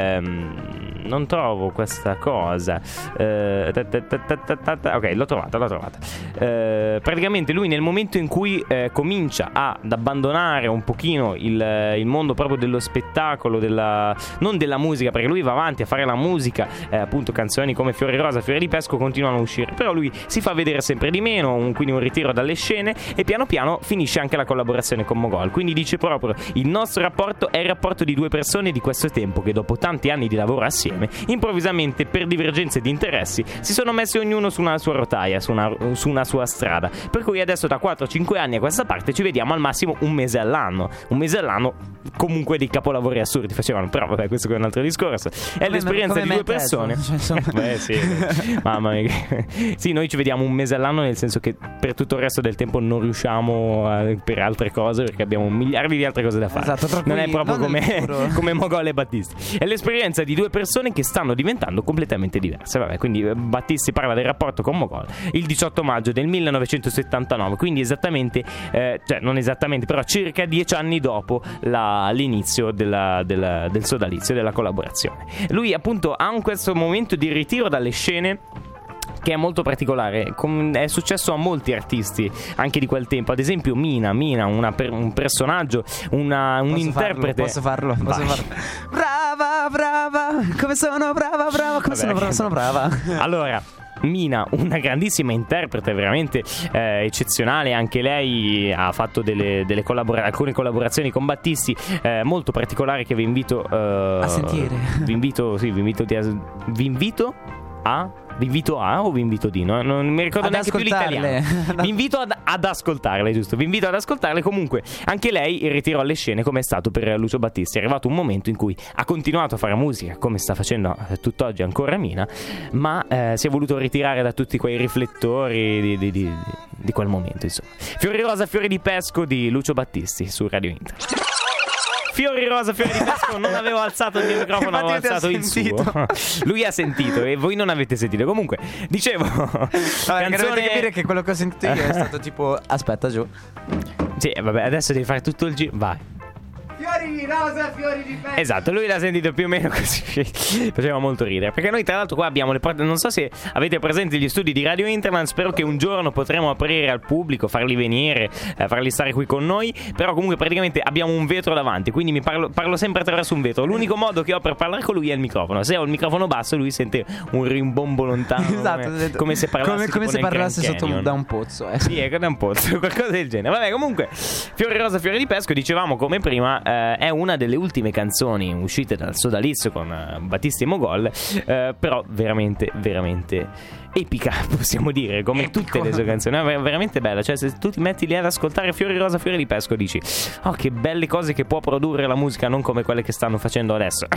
[SPEAKER 3] ehm, non trovo questa cosa. Eh, ta ta ta ta ta ta ta. Ok, l'ho trovata, l'ho trovata. Eh, praticamente lui nel momento in cui eh, comincia ad abbandonare un pochino il, il mondo proprio dello spettacolo, della, non della musica, perché lui va avanti a fare la musica, eh, appunto canzoni come Fiori Rosa, Fiori di Pesco continuano a uscire, però lui si fa vedere sempre di meno, un, quindi un ritiro dalle scene, e piano piano finisce anche la collaborazione con Mogol. Quindi dice proprio: il nostro rapporto è il rapporto di due persone di questo tempo che dopo tanti anni di lavoro assieme, improvvisamente per divergenze di interessi si sono messi ognuno su una sua rotaia, su una, su una sua strada, per cui adesso da quattro cinque anni a questa parte ci vediamo al massimo un mese all'anno, un mese all'anno comunque di capolavori assurdi facevano, però vabbè, questo è un altro discorso. È
[SPEAKER 1] Come
[SPEAKER 3] l'esperienza
[SPEAKER 1] me-
[SPEAKER 3] di
[SPEAKER 1] come
[SPEAKER 3] due
[SPEAKER 1] me
[SPEAKER 3] persone.
[SPEAKER 1] peso, cioè, insomma.
[SPEAKER 3] Beh sì, mamma mia. Sì, noi ci vediamo un mese all'anno, nel senso che per tutto il resto del tempo non riusciamo a, per altre cose, perché abbiamo miliardi di altre cose da fare.
[SPEAKER 1] Esatto, tra
[SPEAKER 3] non
[SPEAKER 1] cui-
[SPEAKER 3] è proprio
[SPEAKER 1] non nel
[SPEAKER 3] come,
[SPEAKER 1] futuro.
[SPEAKER 3] come Mogol e Battisti. È l'esperienza di due persone che stanno diventando completamente diverse. Vabbè, quindi eh, Battisti parla del rapporto con Mogol il diciotto maggio del millenovecentosettantanove, quindi esattamente, eh, cioè non esattamente, però circa dieci anni dopo la, l'inizio della, della, del sodalizio, della collaborazione. Lui appunto ha un questo momento di ritiro dalle scene che è molto particolare, com- è successo a molti artisti anche di quel tempo, ad esempio Mina, Mina una per- un personaggio, una, un
[SPEAKER 1] Posso
[SPEAKER 3] interprete.
[SPEAKER 1] Posso farlo? Posso
[SPEAKER 3] Vai.
[SPEAKER 1] farlo? Brava, brava, come sono brava, brava, come
[SPEAKER 3] Vabbè.
[SPEAKER 1] sono brava, sono brava.
[SPEAKER 3] Allora, Mina, una grandissima interprete, veramente eh, eccezionale. Anche lei ha fatto delle, delle collabora- alcune collaborazioni con Battisti eh, molto particolari che vi invito eh,
[SPEAKER 1] A sentire.
[SPEAKER 3] Vi invito, sì, vi invito, di as- vi invito a. Vi invito a o vi invito di? No? Non mi ricordo
[SPEAKER 1] Ad
[SPEAKER 3] neanche più
[SPEAKER 1] ascoltarle.
[SPEAKER 3] l'italiano. Vi invito ad, ad ascoltarle, giusto? Vi invito ad ascoltarle. Comunque, anche lei il ritiro alle scene, come è stato per Lucio Battisti. È arrivato un momento in cui ha continuato a fare musica, come sta facendo eh, tutt'oggi ancora Mina, ma eh, si è voluto ritirare da tutti quei riflettori di, di, di, di quel momento, insomma. Fiori Rosa, Fiori di Pesco di Lucio Battisti su Radio Inter. Fiori rosa, fiori di pesco. Non avevo alzato il mio microfono, avevo alzato il suo. Lui ha sentito e voi non avete sentito. Comunque, dicevo,
[SPEAKER 1] Vabbè, canzone... dovete capire che quello che ho sentito io è stato tipo aspetta giù.
[SPEAKER 3] Sì, vabbè, adesso devi fare tutto il giro. Vai.
[SPEAKER 1] Fiori rosa, fiori di pesco.
[SPEAKER 3] Esatto, lui l'ha sentito più o meno così. Faceva molto ridere. Perché noi tra l'altro qua abbiamo le porte. Non so se avete presenti gli studi di Radio Interland. Spero che un giorno potremo aprire al pubblico, farli venire, eh, farli stare qui con noi. Però comunque praticamente abbiamo un vetro davanti. Quindi mi parlo, parlo sempre attraverso un vetro. L'unico modo che ho per parlare con lui è il microfono. Se ho il microfono basso lui sente un rimbombo lontano. Esatto, come, come se parlasse,
[SPEAKER 1] come, come se parlasse sotto
[SPEAKER 3] Canyon.
[SPEAKER 1] Da un pozzo, eh.
[SPEAKER 3] Sì, è da un pozzo, qualcosa del genere. Vabbè, comunque Fiori rosa, fiori di pesco, dicevamo come prima, eh, è una delle ultime canzoni uscite dal sodalizio con uh, Battisti e Mogol, eh, però veramente, veramente epica, possiamo dire, come Epico. Tutte le sue canzoni. È veramente bella. Cioè, se tu ti metti lì ad ascoltare Fiori rosa, fiori di pesco, dici: oh, che belle cose che può produrre la musica, non come quelle che stanno facendo adesso.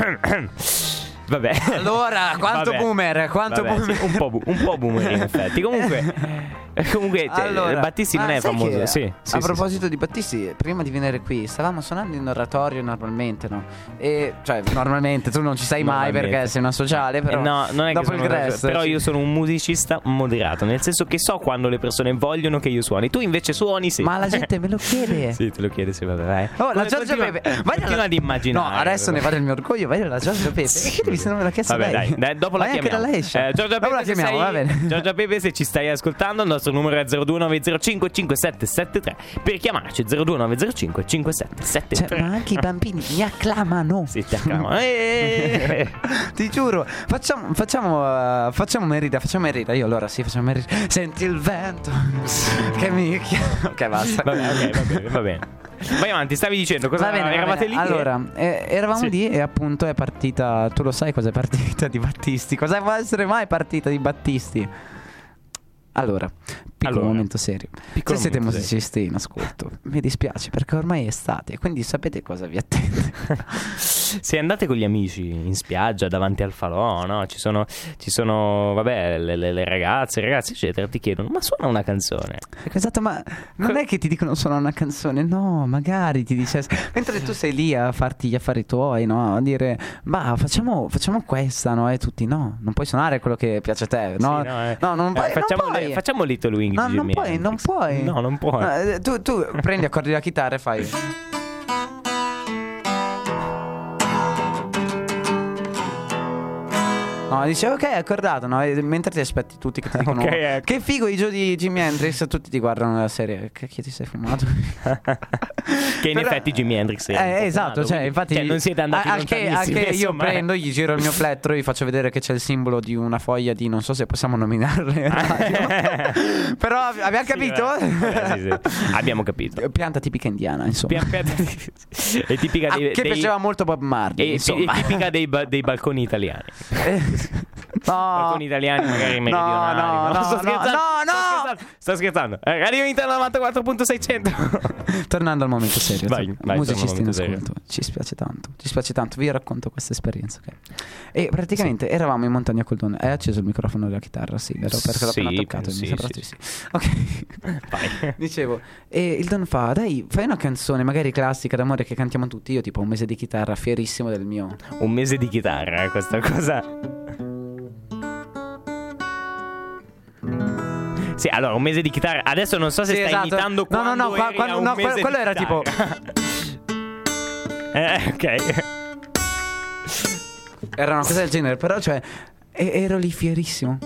[SPEAKER 3] Vabbè.
[SPEAKER 1] Allora, quanto Vabbè. boomer, quanto
[SPEAKER 3] Vabbè,
[SPEAKER 1] boomer.
[SPEAKER 3] Sì, un, po bu- un po' boomer in effetti. Comunque, comunque
[SPEAKER 1] allora,
[SPEAKER 3] Battisti non è famoso.
[SPEAKER 1] Che,
[SPEAKER 3] sì, sì,
[SPEAKER 1] a
[SPEAKER 3] sì,
[SPEAKER 1] proposito
[SPEAKER 3] sì.
[SPEAKER 1] di Battisti, prima di venire qui stavamo suonando in oratorio normalmente, no? E cioè, normalmente tu non ci sei mai perché sei una sociale, però
[SPEAKER 3] eh no, non è
[SPEAKER 1] dopo
[SPEAKER 3] che
[SPEAKER 1] il
[SPEAKER 3] sono
[SPEAKER 1] Grest,
[SPEAKER 3] però
[SPEAKER 1] sì.
[SPEAKER 3] io sono un musicista moderato, nel senso che so quando le persone vogliono che io suoni. Tu invece suoni, sì.
[SPEAKER 1] Ma la gente me lo chiede.
[SPEAKER 3] Sì, te lo chiede, sì, vabbè, vai.
[SPEAKER 1] Oh, la Giorgio Pepe.
[SPEAKER 3] Vai continua ad immaginare.
[SPEAKER 1] No, adesso ne vado il mio orgoglio, vai alla Giorgio Pepe. E chiedevi se non me l'ha chiesto
[SPEAKER 3] vabbè,
[SPEAKER 1] lei.
[SPEAKER 3] dai, dai, dopo la
[SPEAKER 1] vai
[SPEAKER 3] chiamiamo.
[SPEAKER 1] Anche da lei,
[SPEAKER 3] eh, Giorgia Pepe,
[SPEAKER 1] la chiamiamo,
[SPEAKER 3] sei,
[SPEAKER 1] va bene.
[SPEAKER 3] Giorgia Pepe, se ci stai ascoltando, il nostro numero è zero due nove zero cinque cinque sette sette tre. Per chiamarci zero due nove zero cinque cinque sette sette tre.
[SPEAKER 1] Cioè, ma anche i bambini mi acclamano.
[SPEAKER 3] Sì, ti acclamano. eh.
[SPEAKER 1] Ti giuro. Facciamo Facciamo uh, Facciamo merita Facciamo merita Io allora sì facciamo merita. Senti il vento che mi Ok, basta.
[SPEAKER 3] Va bene, ok, va bene, va bene. Vai avanti, stavi dicendo cosa
[SPEAKER 1] va bene,
[SPEAKER 3] eravate
[SPEAKER 1] va bene.
[SPEAKER 3] lì?
[SPEAKER 1] Allora, eh, eravamo
[SPEAKER 3] sì.
[SPEAKER 1] lì e appunto è partita. Tu lo sai cos'è partita di Battisti? Cosa può essere mai partita di Battisti? Allora, piccolo
[SPEAKER 3] allora,
[SPEAKER 1] momento serio.
[SPEAKER 3] piccolo
[SPEAKER 1] Se siete
[SPEAKER 3] momento
[SPEAKER 1] musicisti in ascolto, mi dispiace perché ormai è estate, quindi sapete cosa vi attende.
[SPEAKER 3] Se andate con gli amici in spiaggia davanti al falò, no? Ci sono, ci sono vabbè, le, le, le ragazze, i ragazzi, eccetera, ti chiedono: ma suona una canzone?
[SPEAKER 1] Esatto, ma non è che ti dicono suona una canzone, no, magari ti dice. Mentre tu sei lì a farti gli affari tuoi, no? A dire, ma facciamo, facciamo questa, no? E tutti, no, non puoi suonare quello che piace a te, no?
[SPEAKER 3] Sì, no, eh.
[SPEAKER 1] no, non puoi.
[SPEAKER 3] Eh, facciamo,
[SPEAKER 1] non puoi.
[SPEAKER 3] Le, facciamo Little Wing.
[SPEAKER 1] No, non puoi, non puoi.
[SPEAKER 3] No, non puoi.
[SPEAKER 1] No, tu, tu prendi, accordi la chitarra e fai. No, dice ok, accordato, no? E mentre ti aspetti tutti che ti dicono
[SPEAKER 3] okay, ecco.
[SPEAKER 1] che figo i giochi di Jimi Hendrix, tutti ti guardano nella serie. Che chi ti sei fumato?
[SPEAKER 3] Che in
[SPEAKER 1] Però,
[SPEAKER 3] effetti Jimi Hendrix è
[SPEAKER 1] eh, esatto, cioè, infatti
[SPEAKER 3] cioè, non siete andati
[SPEAKER 1] a, che, a che io
[SPEAKER 3] insomma.
[SPEAKER 1] prendo, gli giro il mio plettro, gli faccio vedere che c'è il simbolo di una foglia di, non so se possiamo nominarle. Però abbiamo capito?
[SPEAKER 3] Sì, vabbè, sì, sì. Abbiamo capito.
[SPEAKER 1] Pianta tipica indiana, insomma.
[SPEAKER 3] Pianta, è tipica dei,
[SPEAKER 1] ah, che
[SPEAKER 3] dei,
[SPEAKER 1] piaceva molto Bob Marley,
[SPEAKER 3] è,
[SPEAKER 1] insomma.
[SPEAKER 3] È tipica dei, ba- dei balconi italiani.
[SPEAKER 1] No,
[SPEAKER 3] balconi italiani magari meridionali.
[SPEAKER 1] No, no, no,
[SPEAKER 3] sto
[SPEAKER 1] no,
[SPEAKER 3] scherzando.
[SPEAKER 1] no, no.
[SPEAKER 3] Sto scherzando. Sto scherzando. Eh, Radio Inter novantaquattro punto seicento.
[SPEAKER 1] Tornando al momento serio,
[SPEAKER 3] vai, vai,
[SPEAKER 1] musicisti in
[SPEAKER 3] serio.
[SPEAKER 1] ascolto, ci spiace tanto, ci spiace tanto, vi racconto questa esperienza, okay? E praticamente sì. eravamo in montagna col Don. Hai acceso il microfono della chitarra, sì, vero? Perché l'ho
[SPEAKER 3] sì,
[SPEAKER 1] appena toccato,
[SPEAKER 3] sì,
[SPEAKER 1] mi sembra
[SPEAKER 3] sì,
[SPEAKER 1] sì. sì. Ok.
[SPEAKER 3] Vai.
[SPEAKER 1] Dicevo, e il Don fa, dai, fai una canzone magari classica d'amore che cantiamo tutti. Io tipo un mese di chitarra, fierissimo del mio.
[SPEAKER 3] Un mese di chitarra, eh, questa cosa. Sì, allora un mese di chitarra. Adesso non so se
[SPEAKER 1] sì,
[SPEAKER 3] stai
[SPEAKER 1] esatto.
[SPEAKER 3] imitando
[SPEAKER 1] no,
[SPEAKER 3] quando
[SPEAKER 1] no, no, qua, quando,
[SPEAKER 3] un
[SPEAKER 1] no
[SPEAKER 3] mese
[SPEAKER 1] quello
[SPEAKER 3] di
[SPEAKER 1] era
[SPEAKER 3] chitarra.
[SPEAKER 1] tipo
[SPEAKER 3] Eh, ok.
[SPEAKER 1] era una cosa del genere, però cioè e- ero lì fierissimo.